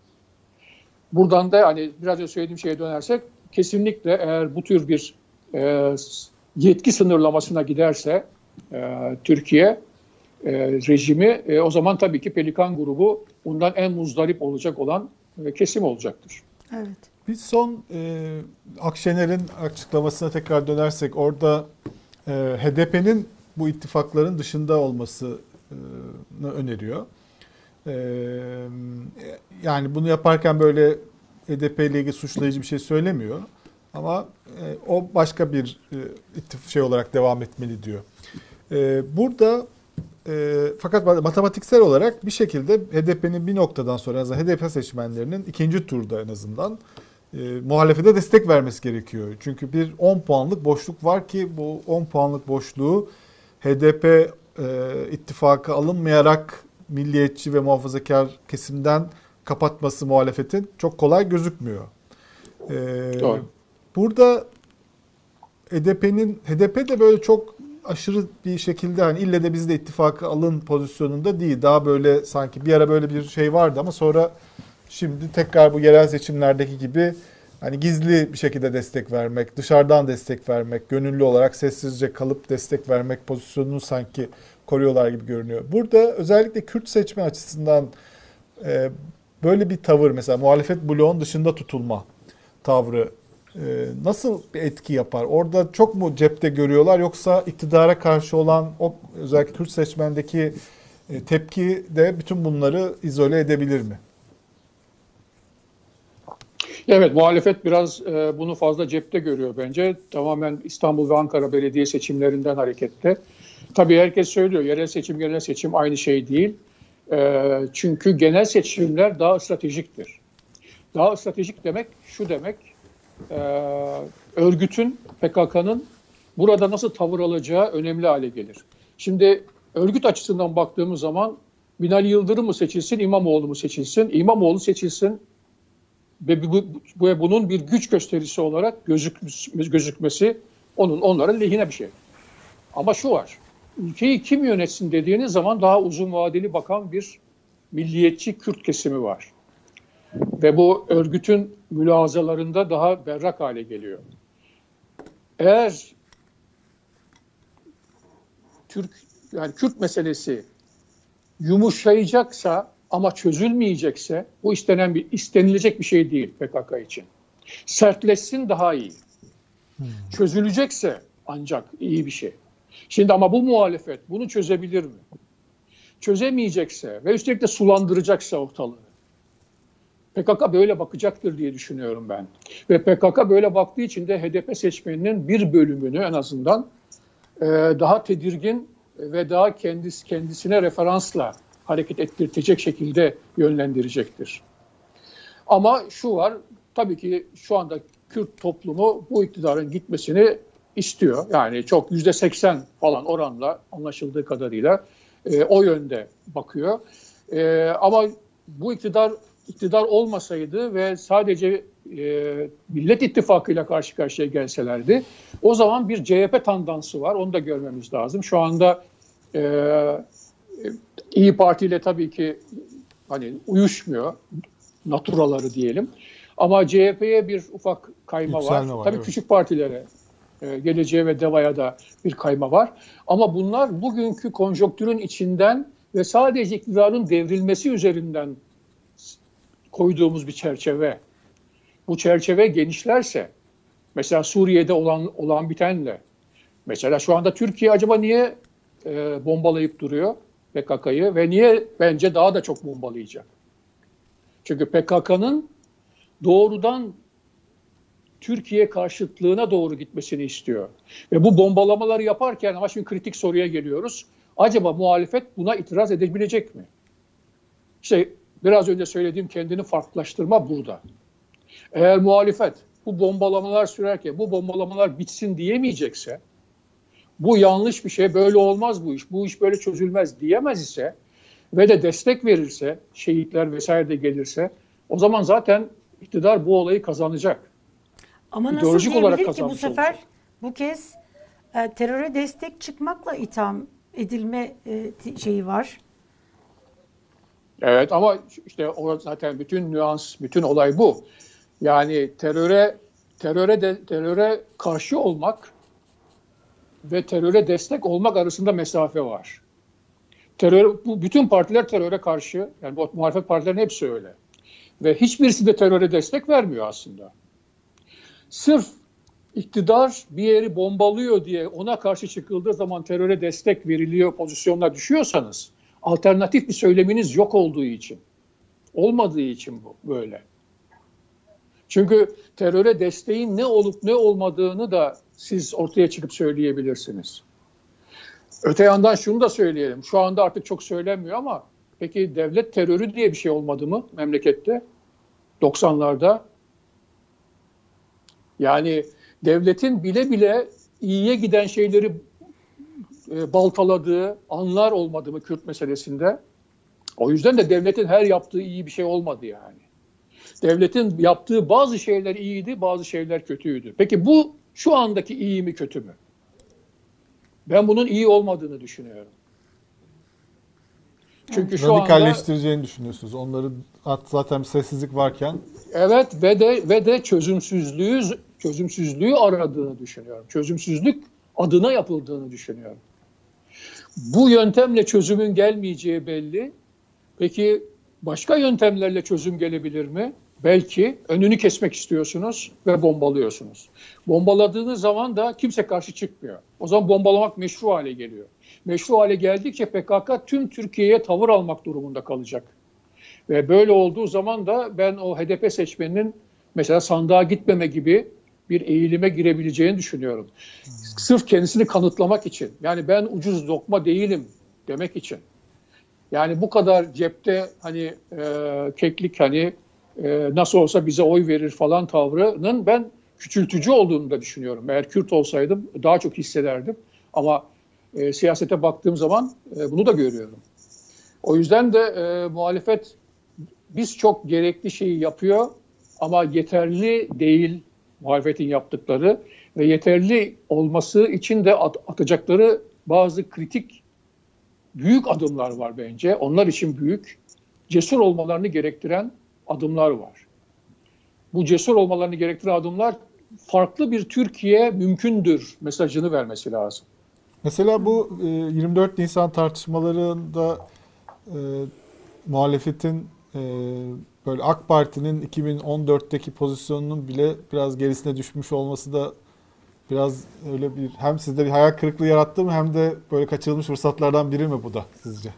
Buradan da hani biraz önce söylediğim şeye dönersek kesinlikle eğer bu tür bir e, yetki sınırlamasına giderse e, Türkiye e, rejimi e, o zaman tabii ki Pelikan grubu bundan en muzdarip olacak olan e, kesim olacaktır. Evet. Bir son e, Akşener'in açıklamasına tekrar dönersek orada e, H D P'nin bu ittifakların dışında olmasını öneriyor. E, yani bunu yaparken böyle H D P ile ilgili suçlayıcı bir şey söylemiyor. Ama e, o başka bir e, ittif şey olarak devam etmeli diyor. E, burada e, fakat matematiksel olarak bir şekilde H D P'nin bir noktadan sonra en azından H D P seçmenlerinin ikinci turda en azından e, muhalefete destek vermesi gerekiyor. Çünkü bir on puanlık boşluk var ki bu on puanlık boşluğu H D P e, ittifaka alınmayarak milliyetçi ve muhafazakar kesimden kapatması muhalefetin çok kolay gözükmüyor. E, Doğru. Burada H D P'nin H D P de böyle çok aşırı bir şekilde hani ille de biz de ittifaka alın pozisyonunda değil. Daha böyle sanki bir ara böyle bir şey vardı ama sonra şimdi tekrar bu yerel seçimlerdeki gibi hani gizli bir şekilde destek vermek, dışarıdan destek vermek, gönüllü olarak sessizce kalıp destek vermek pozisyonunu sanki koruyorlar gibi görünüyor. Burada özellikle Kürt seçmen açısından e, böyle bir tavır mesela muhalefet bloğun dışında tutulma tavrı e, nasıl bir etki yapar? Orada çok mu cepte görüyorlar yoksa iktidara karşı olan o özellikle Kürt seçmendeki e, tepki de bütün bunları izole edebilir mi? Evet, muhalefet biraz e, bunu fazla cepte görüyor bence. Tamamen İstanbul ve Ankara belediye seçimlerinden hareketle. Tabii herkes söylüyor, yerel seçim, genel seçim aynı şey değil. E, çünkü genel seçimler daha stratejiktir. Daha stratejik demek şu demek, e, örgütün, P K K'nın burada nasıl tavır alacağı önemli hale gelir. Şimdi örgüt açısından baktığımız zaman Binali Yıldırım mı seçilsin, İmamoğlu mu seçilsin? İmamoğlu seçilsin. Ve bu, bu, bunun bir güç gösterisi olarak gözük, gözükmesi onun onların lehine bir şey. Ama şu var, ülkeyi kim yönetsin dediğiniz zaman daha uzun vadeli bakan bir milliyetçi Kürt kesimi var. Ve bu örgütün mülahazalarında daha berrak hale geliyor. Eğer Türk yani Kürt meselesi yumuşayacaksa ama çözülmeyecekse bu istenen bir istenilecek bir şey değil P K K için. Sertleşsin daha iyi. Hmm. Çözülecekse ancak iyi bir şey. Şimdi ama bu muhalefet bunu çözebilir mi? Çözemeyecekse ve üstelik de sulandıracaksa ortalığı. P K K böyle bakacaktır diye düşünüyorum ben. Ve P K K böyle baktığı için de H D P seçmeninin bir bölümünü en azından e, daha tedirgin ve daha kendisi kendisine referansla hareket ettirecek şekilde yönlendirecektir. Ama şu var, tabii ki şu anda Kürt toplumu bu iktidarın gitmesini istiyor. Yani çok yüzde seksen falan oranla anlaşıldığı kadarıyla e, o yönde bakıyor. E, ama bu iktidar iktidar olmasaydı ve sadece e, Millet İttifakı ile karşı karşıya gelselerdi, o zaman bir C H P tandansı var. Onu da görmemiz lazım. Şu anda e, İyi Parti ile tabii ki hani uyuşmuyor, naturaları diyelim. Ama C H P'ye bir ufak kayma var. var. Tabii evet. Küçük partilere, e, Geleceğe ve DEVA'ya da bir kayma var. Ama bunlar bugünkü konjonktürün içinden ve sadece iktidarın devrilmesi üzerinden koyduğumuz bir çerçeve. Bu çerçeve genişlerse, mesela Suriye'de olan olan bitenle, mesela şu anda Türkiye acaba niye e, bombalayıp duruyor P K K'yı ve niye? Bence daha da çok bombalayacak. Çünkü P K K'nın doğrudan Türkiye karşıtlığına doğru gitmesini istiyor. Ve bu bombalamaları yaparken, ama şimdi kritik soruya geliyoruz. Acaba muhalefet buna itiraz edebilecek mi? İşte biraz önce söylediğim kendini farklılaştırma burada. Eğer muhalefet bu bombalamalar sürerken bu bombalamalar bitsin diyemeyecekse, bu yanlış bir şey, böyle olmaz bu iş, bu iş böyle çözülmez diyemez ise ve de destek verirse, şehitler vesaire de gelirse, o zaman zaten iktidar bu olayı kazanacak. Ama nasıl İdeolojik olarak diyebilir ki bu kazanmış sefer olacak. bu kez e, teröre destek çıkmakla itham edilme e, t- şeyi var. Evet, ama işte o zaten bütün nüans, bütün olay bu. Yani teröre teröre de teröre karşı olmak ve teröre destek olmak arasında mesafe var. Terör, bu bütün partiler teröre karşı, yani bu muhalefet partilerin hepsi öyle. Ve hiçbirisi de teröre destek vermiyor aslında. Sırf iktidar bir yeri bombalıyor diye ona karşı çıkıldığı zaman teröre destek veriliyor pozisyonuna düşüyorsanız, alternatif bir söyleminiz yok olduğu için, olmadığı için bu böyle. Çünkü teröre desteğin ne olup ne olmadığını da siz ortaya çıkıp söyleyebilirsiniz. Öte yandan şunu da söyleyelim. Şu anda artık çok söylenmiyor ama peki devlet terörü diye bir şey olmadı mı memlekette? doksanlarda. Yani devletin bile bile iyiye giden şeyleri e, baltaladığı anlar olmadı mı Kürt meselesinde? O yüzden de devletin her yaptığı iyi bir şey olmadı yani. Devletin yaptığı bazı şeyler iyiydi, bazı şeyler kötüydü. Peki bu şu andaki iyi mi kötü mü? Ben bunun iyi olmadığını düşünüyorum. Çünkü şu anda Radikalleştireceğini düşünüyorsunuz. Onları at- zaten bir sessizlik varken evet ve de ve de çözümsüzlüğü çözümsüzlüğü aradığını düşünüyorum. Çözümsüzlük adına yapıldığını düşünüyorum. Bu yöntemle çözümün gelmeyeceği belli. Peki başka yöntemlerle çözüm gelebilir mi? Belki önünü kesmek istiyorsunuz ve bombalıyorsunuz. Bombaladığınız zaman da kimse karşı çıkmıyor. O zaman bombalamak meşru hale geliyor. Meşru hale geldikçe P K K tüm Türkiye'ye tavır almak durumunda kalacak. Ve böyle olduğu zaman da ben o H D P seçmeninin mesela sandığa gitmeme gibi bir eğilime girebileceğini düşünüyorum. Hmm. Sırf kendisini kanıtlamak için. Yani ben ucuz lokma değilim demek için. Yani bu kadar cepte hani e, keklik hani e, nasıl olsa bize oy verir falan tavrının ben küçültücü olduğunu da düşünüyorum. Eğer Kürt olsaydım daha çok hissederdim. Ama e, siyasete baktığım zaman e, bunu da görüyorum. O yüzden de e, muhalefet biz çok gerekli şeyi yapıyor ama yeterli değil muhalefetin yaptıkları ve yeterli olması için de at- atacakları bazı kritik büyük adımlar var bence. Onlar için büyük, cesur olmalarını gerektiren adımlar var. Bu cesur olmalarını gerektiren adımlar farklı bir Türkiye mümkündür mesajını vermesi lazım. mesela bu e, yirmi dört Nisan tartışmalarında e, muhalefetin e, böyle AK Parti'nin iki bin on dörtteki pozisyonunun bile biraz gerisine düşmüş olması da biraz öyle bir hem sizde bir hayal kırıklığı yarattı mı hem de böyle kaçırılmış fırsatlardan biri mi bu da sizce?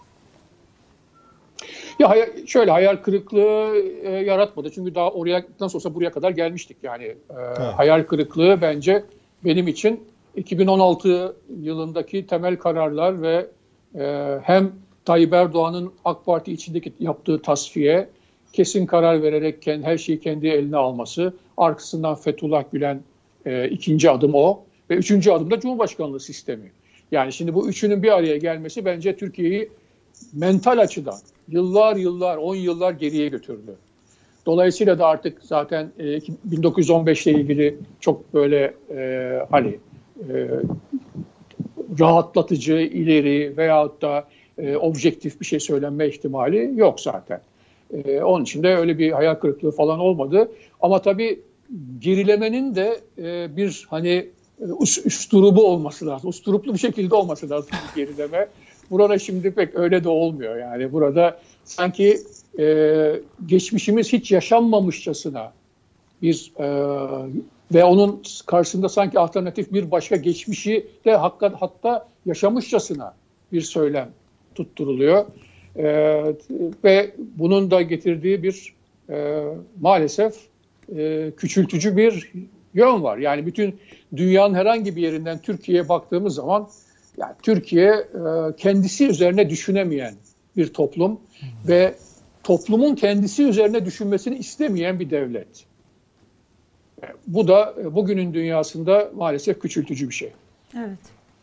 Ya şöyle hayal kırıklığı e, yaratmadı. Çünkü daha oraya nasıl olsa buraya kadar gelmiştik. Yani e, evet. Hayal kırıklığı bence benim için iki bin on altı yılındaki temel kararlar ve e, hem Tayyip Erdoğan'ın AK Parti içindeki yaptığı tasfiye, kesin karar vererek her şeyi kendi eline alması, arkasından Fethullah Gülen e, ikinci adım o ve üçüncü adım da Cumhurbaşkanlığı sistemi. Yani şimdi bu üçünün bir araya gelmesi bence Türkiye'yi mental açıdan yıllar yıllar, on yıllar geriye götürdü. Dolayısıyla da artık zaten e, bin dokuz yüz on beş ile ilgili çok böyle e, hani e, rahatlatıcı, ileri veyahut da e, objektif bir şey söylenme ihtimali yok zaten. E, onun için de öyle bir hayal kırıklığı falan olmadı. Ama tabii gerilemenin de e, bir hani üst, üsturubu olması lazım. Usturuplu bir şekilde olması lazım bir gerileme. Burada şimdi pek öyle de olmuyor yani. Burada sanki e, geçmişimiz hiç yaşanmamışçasına bir e, ve onun karşısında sanki alternatif bir başka geçmişi de hatta, hatta yaşamışçasına bir söylem tutturuluyor. E, ve bunun da getirdiği bir e, maalesef e, küçültücü bir yön var. Yani bütün dünyanın herhangi bir yerinden Türkiye'ye baktığımız zaman yani Türkiye e, kendisi üzerine düşünemeyen bir toplum hmm. ve toplumun kendisi üzerine düşünmesini istemeyen bir devlet. Bu da bugünün dünyasında maalesef küçültücü bir şey. Evet.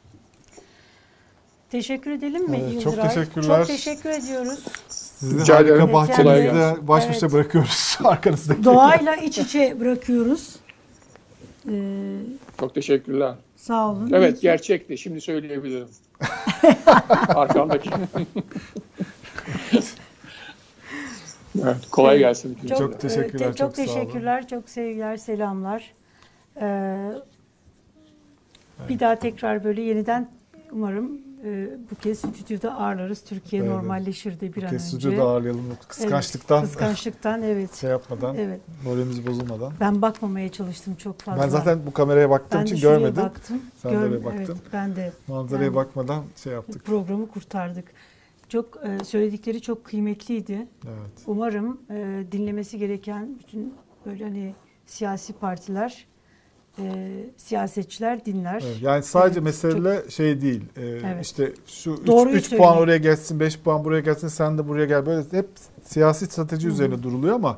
Teşekkür edelim mi evet, Yıldıray? Çok teşekkürler. Çok teşekkür ediyoruz. Sizi harika bahçenizde baş başa evet. bırakıyoruz arkanızdaki. Doğayla iç içe bırakıyoruz. Ee, çok teşekkürler. Sağ olun. Evet, gerçekti. Şimdi söyleyebilirim. Arkamdaki. Evet, kolay gelsin. Çok, çok teşekkürler. Çok, çok çok teşekkürler. Çok sevgiler, selamlar. Ee, evet. Bir daha tekrar böyle yeniden umarım e, bu kez stüdyoda ağırlarız. Türkiye evet. normalleşir de bir bu an kez önce. stüdyoda ağırlayalım. Kıskançlıktan. Evet, kıskançlıktan evet. Şey yapmadan. Evet. Moralimiz bozulmadan. Ben bakmamaya çalıştım çok fazla. Ben zaten bu kameraya baktığım ben için görmedim. Baktım. Sen Gör, de oraya baktın. Evet, ben de. Manzaraya yani, bakmadan şey yaptık. Programı kurtardık. Çok e, söyledikleri çok kıymetliydi. Evet. Umarım e, dinlemesi gereken bütün böyle hani siyasi partiler, e, siyasetçiler dinler. Evet, yani sadece evet, mesele çok, şey değil. E, evet. İşte şu üç puan oraya gelsin, beş puan buraya gelsin, sen de buraya gel. Böyle hep siyasi strateji Hı-hı. üzerine duruluyor ama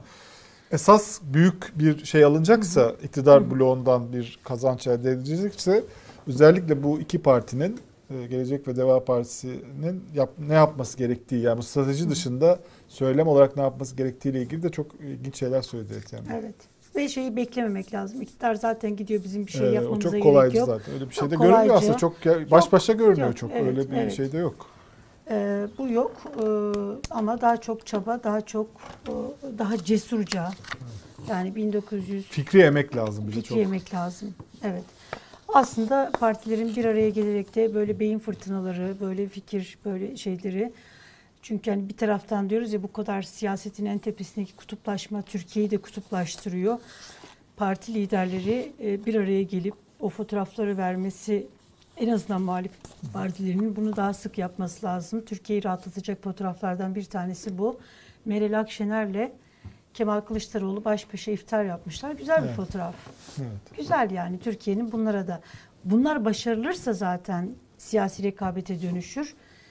esas büyük bir şey alınacaksa, Hı-hı. iktidar Hı-hı. bloğundan bir kazanç elde edilecekse özellikle bu iki partinin, Gelecek ve Deva Partisi'nin yap, ne yapması gerektiği, yani bu strateji Hı-hı. dışında söylem olarak ne yapması gerektiğiyle ilgili de çok ilginç şeyler söyledi. Yani. Evet. Ve şeyi beklememek lazım. İktidar zaten gidiyor, bizim bir şey ee, yapmamıza gerek yok. O çok kolaydı zaten. Öyle bir şey de görünmüyor aslında. Çok baş başa görünüyor yok, çok. Evet, öyle bir evet. şey de yok. Ee, bu yok ee, ama daha çok çaba, daha çok e, daha cesurca. Evet. Yani bin dokuz yüz fikri emek lazım bize fikri çok. emek lazım. Evet. Aslında partilerin bir araya gelerek de böyle beyin fırtınaları, böyle fikir, böyle şeyleri. Çünkü hani bir taraftan diyoruz ya, bu kadar siyasetin en tepesindeki kutuplaşma Türkiye'yi de kutuplaştırıyor. Parti liderleri bir araya gelip o fotoğrafları vermesi, en azından muhalif partilerinin bunu daha sık yapması lazım. Türkiye'yi rahatlatacak fotoğraflardan bir tanesi bu. Meral Akşener'le Kemal Kılıçdaroğlu baş başa iftar yapmışlar. Güzel bir evet. fotoğraf. Evet. Güzel yani, Türkiye'nin bunlara da. Bunlar başarılırsa zaten siyasi rekabete dönüşür.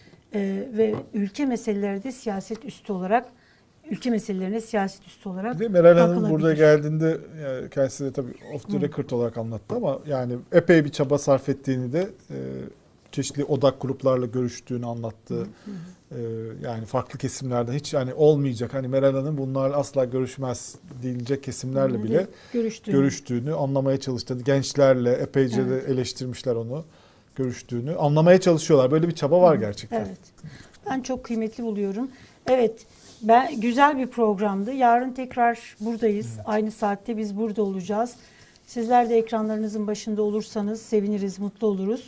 Ee, ve ülke meseleleri de siyaset üstü olarak, ülke meselelerine siyaset üstü olarak bakılabilir. Meral Hanım burada geldiğinde yani kendisi de tabii off the record Hı. olarak anlattı ama yani epey bir çaba sarf ettiğini de e, çeşitli odak gruplarla görüştüğünü anlattı. Hı hı. E, yani farklı kesimlerden hiç yani olmayacak, hani Meral Hanım bunlarla asla görüşmez denilecek kesimlerle bile evet, görüştüğünü. görüştüğünü anlamaya çalıştı. Gençlerle epeyce evet. de eleştirmişler onu. Görüştüğünü anlamaya çalışıyorlar. Böyle bir çaba var gerçekten. Evet. Ben çok kıymetli buluyorum. Evet. Ben güzel bir programdı. Yarın tekrar buradayız. Evet. Aynı saatte biz burada olacağız. Sizler de ekranlarınızın başında olursanız seviniriz, mutlu oluruz.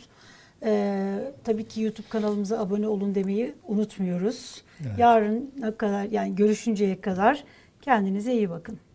Ee, tabii ki YouTube kanalımıza abone olun demeyi unutmuyoruz. Evet. Yarın ne kadar, yani görüşünceye kadar kendinize iyi bakın.